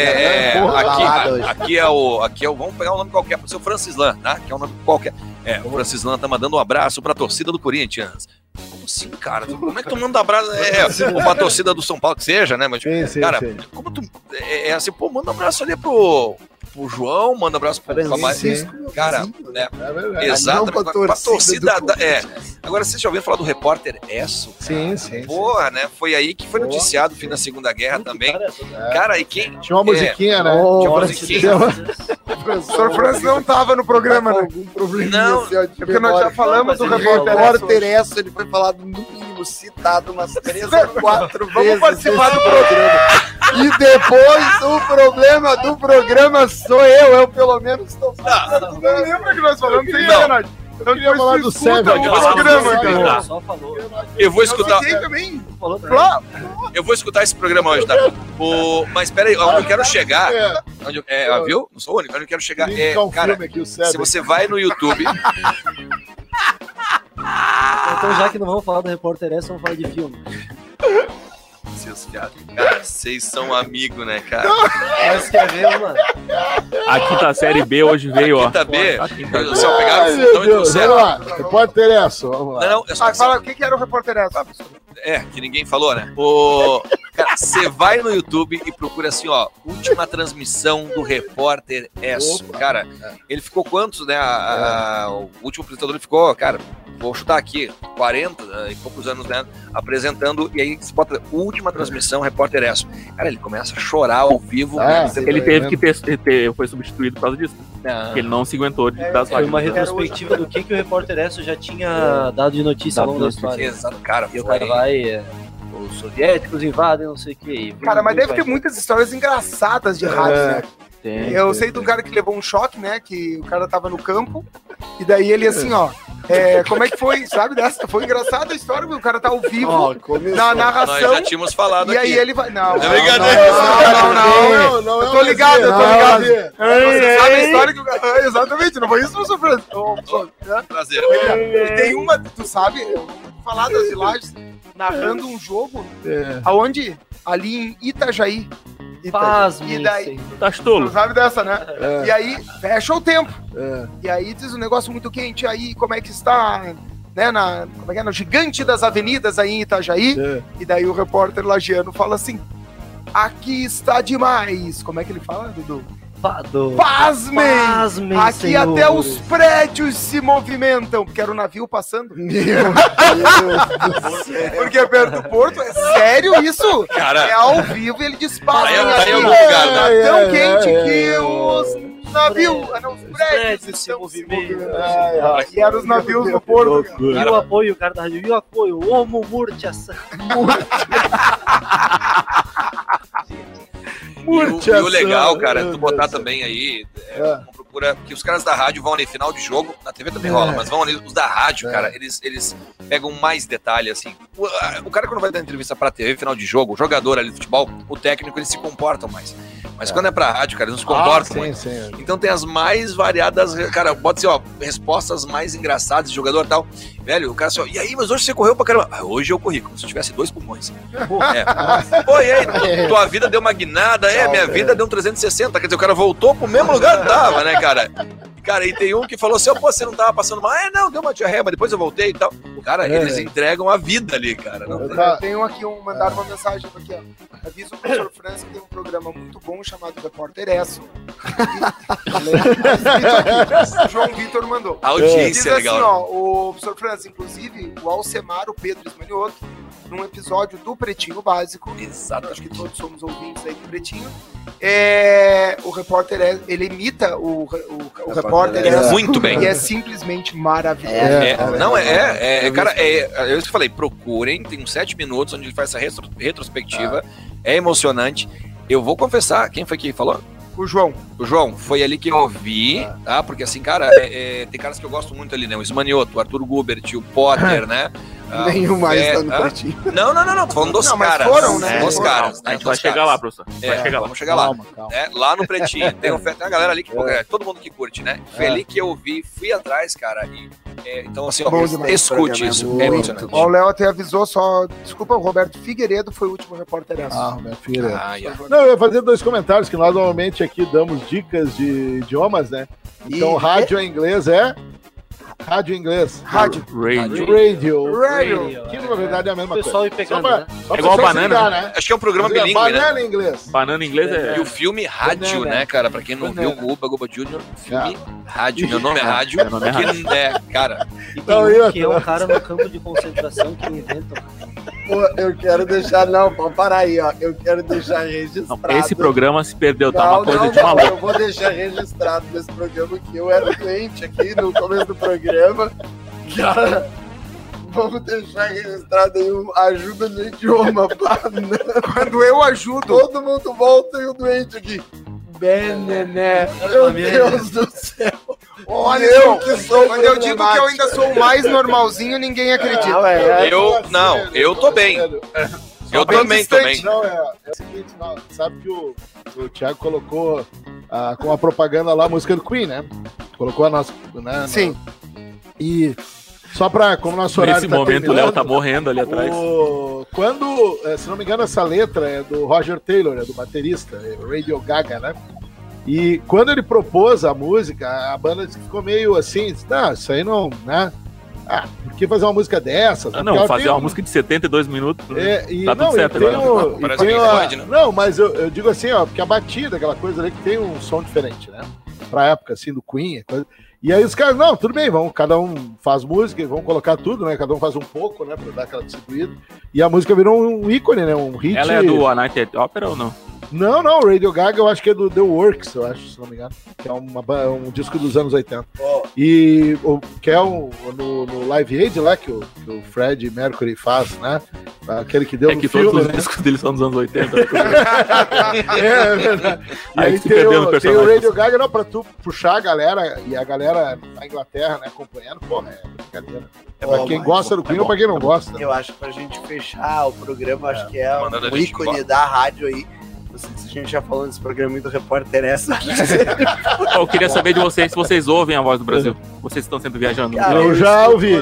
aqui é o. Vamos pegar um nome qualquer, pro seu Francislan, tá? Que é um nome qualquer. O Francislan tá mandando um abraço pra torcida do Corinthians. Como assim, cara? Como é que tu manda um abraço? Ou pra torcida do São Paulo que seja, né? Mas, cara, como tu. Assim, pô, manda um abraço ali pro João, manda um abraço pro Francisco. Cara, né? Exato, pra torcida. Agora, vocês já ouviram falar do repórter Esso? Sim. Porra, né? Foi aí que foi noticiado o fim da Segunda Guerra também. Cara, e quem. Tinha uma musiquinha, né? Tinha uma musiquinha. O senhor Francis não tava no programa, né? Algum probleminha. Não, porque nós já falamos do repórter Esso, ele foi falado no mínimo, citado umas 3 ou 4 vezes. Vamos participar do programa. E depois o problema do programa sou eu pelo menos estou falando. Não lembra que nós falamos? Tem verdade. Eu queria falar do Sérgio. programa, Só falou. Eu vou escutar. Eu vou escutar esse programa hoje, tá? Mas peraí, onde eu quero chegar. Viu? Não sou o único, onde eu quero chegar. Cara, se você vai no YouTube. Então, já que não vamos falar do repórter S, vamos falar de filme. Seus fiados. Cara, vocês são amigos, né, cara? Essa quer ver, mano? A quinta série B hoje veio, ó. Quinta B? Só pegaram o futão e trouxeram. Repórter S. Não, eu só fala o que era o repórter S. Que ninguém falou, né? Cara, você vai no YouTube e procura assim, ó, última transmissão do repórter S. Cara, ele ficou quantos, né? O último apresentador ele ficou, cara, vou chutar aqui, 40 e poucos anos, né? Apresentando, e aí você bota última transmissão, repórter S. Cara, ele começa a chorar ao vivo. Ele teve que foi substituído por causa disso. Ele não se aguentou de dar Foi uma retrospectiva do que o repórter S já tinha dado de notícia ao longo da história. Exato, cara. E o cara vai... Os soviéticos invadem, não sei o que. Cara, mas deve ter muitas histórias engraçadas de rádio, né? Eu sei de um cara que levou um choque, né? Que o cara tava no campo, e daí ele assim, ó. Como é que foi, sabe dessa? Foi engraçada a história, o cara tá ao vivo na narração. Nós já tínhamos falado e aqui. aí ele vai. Não, não. Eu tô ligado. Você sabe a história que o cara. Exatamente, não foi isso, professor Francisco? Prazer. Tem uma, tu sabe, falar das vilagens narrando um jogo aonde? Ali em Itajaí. Pasme, e daí, tá tolo. Tu sabe dessa, né? E aí, fecha o tempo. E aí diz um negócio muito quente aí, como é que está, né, como é que é, no gigante das avenidas aí em Itajaí. E daí o repórter lagiano fala assim, aqui está demais. Como é que ele fala, Dudu? Pasmem! Aqui senhores. Até os prédios se movimentam, porque era o navio passando. Porque é perto do porto, é sério isso? Cara, é ao vivo, ele dispara. Tá em algum lugar, né? Tão quente que os navios, os prédios se movimentam. E eram os navios do porto. E o apoio, cara da rádio, e o apoio, Homo Murtiação. E o legal, cara, tu botar também aí, procura, que os caras da rádio vão ali, final de jogo, na TV também rola, mas vão ali, os da rádio, cara, eles pegam mais detalhe, assim. O cara quando vai dar entrevista pra TV, final de jogo, o jogador ali do futebol, o técnico, eles se comportam mais. Mas quando é pra rádio, cara, eles não se comportam muito. Sim. Então tem as mais variadas, cara, bota assim, ó, respostas mais engraçadas de jogador e tal. Velho, o cara assim, ó, e aí, mas hoje você correu pra caramba? Hoje eu corri, como se eu tivesse 2 pulmões. Pô, e aí, tua vida deu uma guinada, minha vida deu um 360, quer dizer, o cara voltou pro mesmo lugar que tava, né, cara? Cara, e tem um que falou assim, pô, você não tava passando mal? Não, deu uma diarreia, mas depois eu voltei e tal. Cara, eles entregam a vida ali, cara. Tem um aqui, mandaram uma mensagem aqui, ó. Avisa o professor França que tem um programa muito bom chamado Repórter Esso. O João Vitor mandou. A audiência é legal. Assim, ó, o professor França, inclusive, o Alcemar, o Pedro Esmanioto, num episódio do Pretinho Básico. Exato. Acho que todos somos ouvintes aí do Pretinho. O repórter, ele imita o repórter. Muito bem. E é simplesmente maravilhoso. Cara, é isso que eu falei, procurem, tem uns 7 minutos onde ele faz essa retrospectiva, é emocionante. Eu vou confessar, quem foi que falou? O João. O João, foi ali que eu ouvi, tá? Porque assim, cara, tem caras que eu gosto muito ali, né? O Esmanioto, o Arthur Gubert, o Potter, né? Nenhum mais tá no Pretinho. Não, tô falando dos caras. Foram, né? Dos caras. A gente vai chegar lá, professor. Vamos chegar lá. Lá no Pretinho. Tem uma galera ali que, todo mundo que curte, né? Foi ali que eu ouvi, fui atrás, cara. Então, assim, escute isso. É emocionante. O Léo até avisou só. Desculpa, o Roberto Figueiredo foi o último repórter dessa. Roberto Figueiredo. Não, eu ia fazer 2 comentários, que nós normalmente aqui damos dicas de idiomas, né? Então, rádio em inglês é... Rádio em inglês. Radio. Que na verdade é a mesma coisa. Ir pegando, né? É igual banana. Ligar, né? Acho que é um programa bilíngue, banana né? Em inglês. Banana em inglês é... E o filme Rádio, né, cara? Pra quem não viu, o Guba Júnior, filme Rádio. Meu nome é Rádio. Cara. E tem um que é um cara no campo de concentração que inventa... Pô, eu quero deixar... Não, pode parar aí, ó. Eu quero deixar registrado... Não, esse programa se perdeu, tá uma coisa de maluco. Eu vou deixar registrado nesse programa que eu era doente aqui no começo do programa. Cara, vamos deixar registrado aí ajuda no idioma. Quando eu ajudo, todo mundo volta e o doente aqui. Benené. Meu Deus do céu. Olha, quando eu digo que eu ainda sou o mais normalzinho, ninguém acredita. Eu tô bem. Eu também tô bem. Não, é o seguinte, sabe que o Thiago colocou com a propaganda lá a música do Queen, né? Colocou a nossa... Né, sim. E só pra... Como nosso horário nesse momento o Léo tá morrendo ali atrás. Quando, se não me engano, essa letra é do Roger Taylor, é do baterista, Radio Gaga, né? E quando ele propôs a música, a banda ficou meio assim, isso aí não, né? Por que fazer uma música dessas? Fazer uma música de 72 minutos, tá tudo certo agora. Não, mas eu digo assim, porque a batida, aquela coisa ali que tem um som diferente, né? Pra época, assim, do Queen, e aí os caras, não, tudo bem, cada um faz música, vamos colocar tudo, né? Cada um faz um pouco, né? Pra dar aquela distribuída. E a música virou um ícone, né? Um hit. Ela é do A Night Opera ou não? Não, Radio Gaga eu acho que é do The Works, eu acho, se não me engano. Que é um disco dos anos 80. E que é no Live Aid lá, que o Fred Mercury faz, né? Aquele que deu no que filme, todos né? os discos dele são dos anos 80. É verdade. E aí tem o Radio Gaga, não, pra tu puxar a galera, e a galera na Inglaterra, né, acompanhando, é brincadeira. Pra quem gosta do Queen ou pra quem não gosta. Eu acho que pra gente fechar o programa, acho que é um ícone da rádio aí. Não sei se a gente já falou nesse programa do Repórter essa. Eu queria saber de vocês se vocês ouvem a Voz do Brasil. Vocês estão sempre viajando. Cara, eu já ouvi.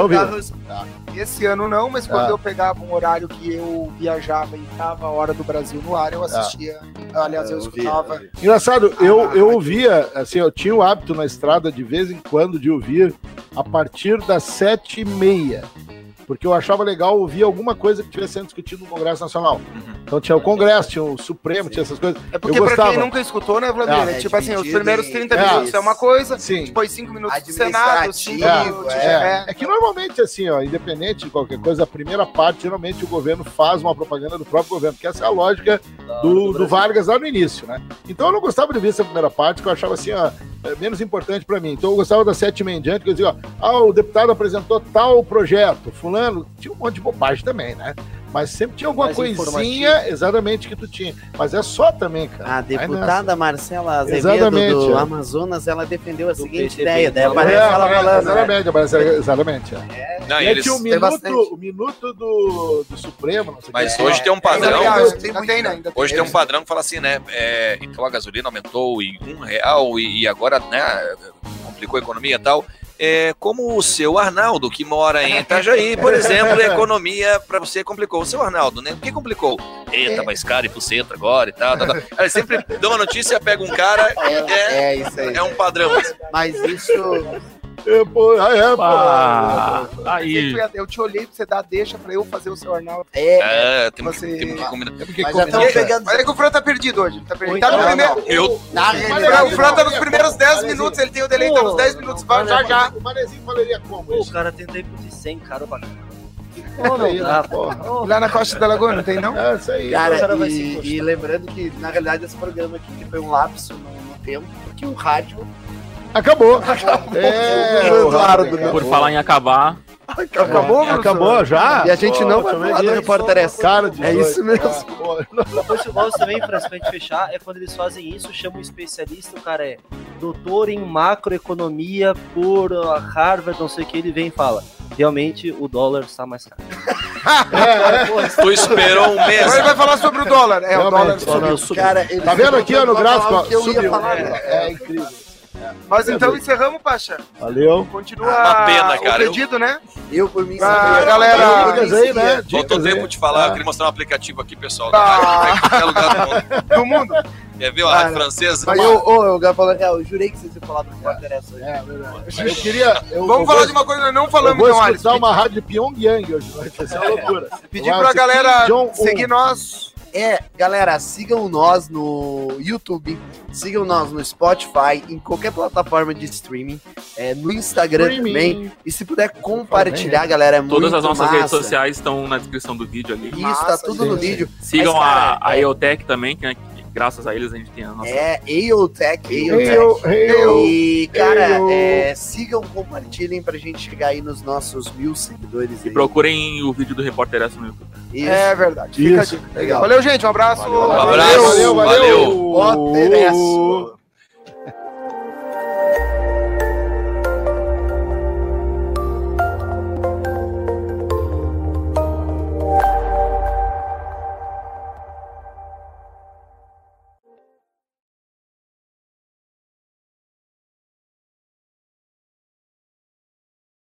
Esse ano não, mas quando eu pegava um horário que eu viajava e tava a Hora do Brasil no ar, eu assistia. Aliás, eu escutava. Engraçado, eu ouvia, assim, eu tinha o hábito na estrada de vez em quando de ouvir a partir das 7h30. porque eu achava legal ouvir alguma coisa que estivesse sendo discutida no Congresso Nacional. Então tinha o Congresso, tinha o Supremo, tinha essas coisas. É porque pra quem nunca escutou, né, Vladimir? Tipo assim, os primeiros 30 minutos é uma coisa, depois 5 minutos do Senado, 5 minutos. É que normalmente, assim, ó, independente de qualquer coisa, a primeira parte, geralmente o governo faz uma propaganda do próprio governo, que essa é a lógica do Vargas lá no início, né? Então eu não gostava de ver essa primeira parte, que eu achava assim, ó, menos importante pra mim. Então eu gostava da 7h em diante, que eu dizia, ó, o deputado apresentou tal projeto, fulano, tinha um monte de bobagem também, né? Mas sempre tinha alguma coisinha, exatamente, que tu tinha. Mas é só também, cara. A deputada Marcela Azevedo do Amazonas, ela defendeu a seguinte ideia. Daí aparece ela falando. Exatamente. Não, e eles... tinha o minuto do Supremo. Não sei. Mas hoje tem um padrão. Hoje tem um padrão que fala assim, né? Então a gasolina aumentou em R$1 e agora, né? Complicou a economia e tal. Como o seu Arnaldo, que mora em Itajaí, por exemplo, a economia para você complicou. O seu Arnaldo, né? O que complicou? Tá mais caro ir pro centro agora e tal. Aí sempre dá uma notícia, pega um cara, isso aí. É um padrão. Mas isso... Aí. Eu te olhei pra você dar deixa pra eu fazer o seu Arnaldo. Temos que combinar. Olha que o Fran tá perdido hoje. Tá perdido. Tá no primeiro. O Fran tá nos primeiros 10 minutos, ele tem o delay, tá nos 10 minutos. Vai já. O Manezinho falaria como? O cara tenta ir pro de 100, cara, Lá na Costa da Lagoa, não tem não? É isso aí. Cara, e lembrando que, na realidade, esse programa aqui foi um lapso no tempo, porque o rádio... Acabou. Por falar em acabar. Acabou já? E a gente não vai falar do Repórter S. Cara de isso mesmo. Depois que eu gosto também, pra gente fechar, é quando eles fazem isso, chamam um especialista, o cara é doutor em macroeconomia por Harvard, não sei o que, ele vem e fala, realmente o dólar está mais caro. Tu esperou um mês. Agora ele vai falar sobre o dólar. O dólar subiu. Cara, tá vendo aqui, ó, no gráfico? Que eu ia falar. É incrível. Mas então encerramos, Pacha. Valeu. Continua uma pena, cara. O pedido, né? Eu, por mim, galera. Aí, né? Faltou tempo de falar. Eu queria mostrar um aplicativo aqui, pessoal. Da rádio, em qualquer lugar do mundo. Quer ver a rádio francesa? Mas eu jurei que vocês iam falar do Repórter S hoje. Eu queria... Vamos falar de uma coisa que nós não falamos, então, Alisson. Vou escutar uma rádio de Pyongyang hoje. Vai ser uma loucura. Pedir pra galera seguir nós. Galera, sigam nós no YouTube, sigam nós no Spotify, em qualquer plataforma de streaming, no Instagram também. E se puder compartilhar, galera, é muito Todas as nossas massa. redes sociais estão na descrição do vídeo ali. Isso, tá tudo no vídeo. Sigam a EOTech também, que graças a eles a gente tem a nossa... EOTech. E, cara, sigam, compartilhem pra gente chegar aí nos nossos 1000 seguidores. E procurem o vídeo do Repórter S no YouTube. Isso. É verdade. Fica a dica. Legal. Valeu, gente. Um abraço. Valeu. Valeu.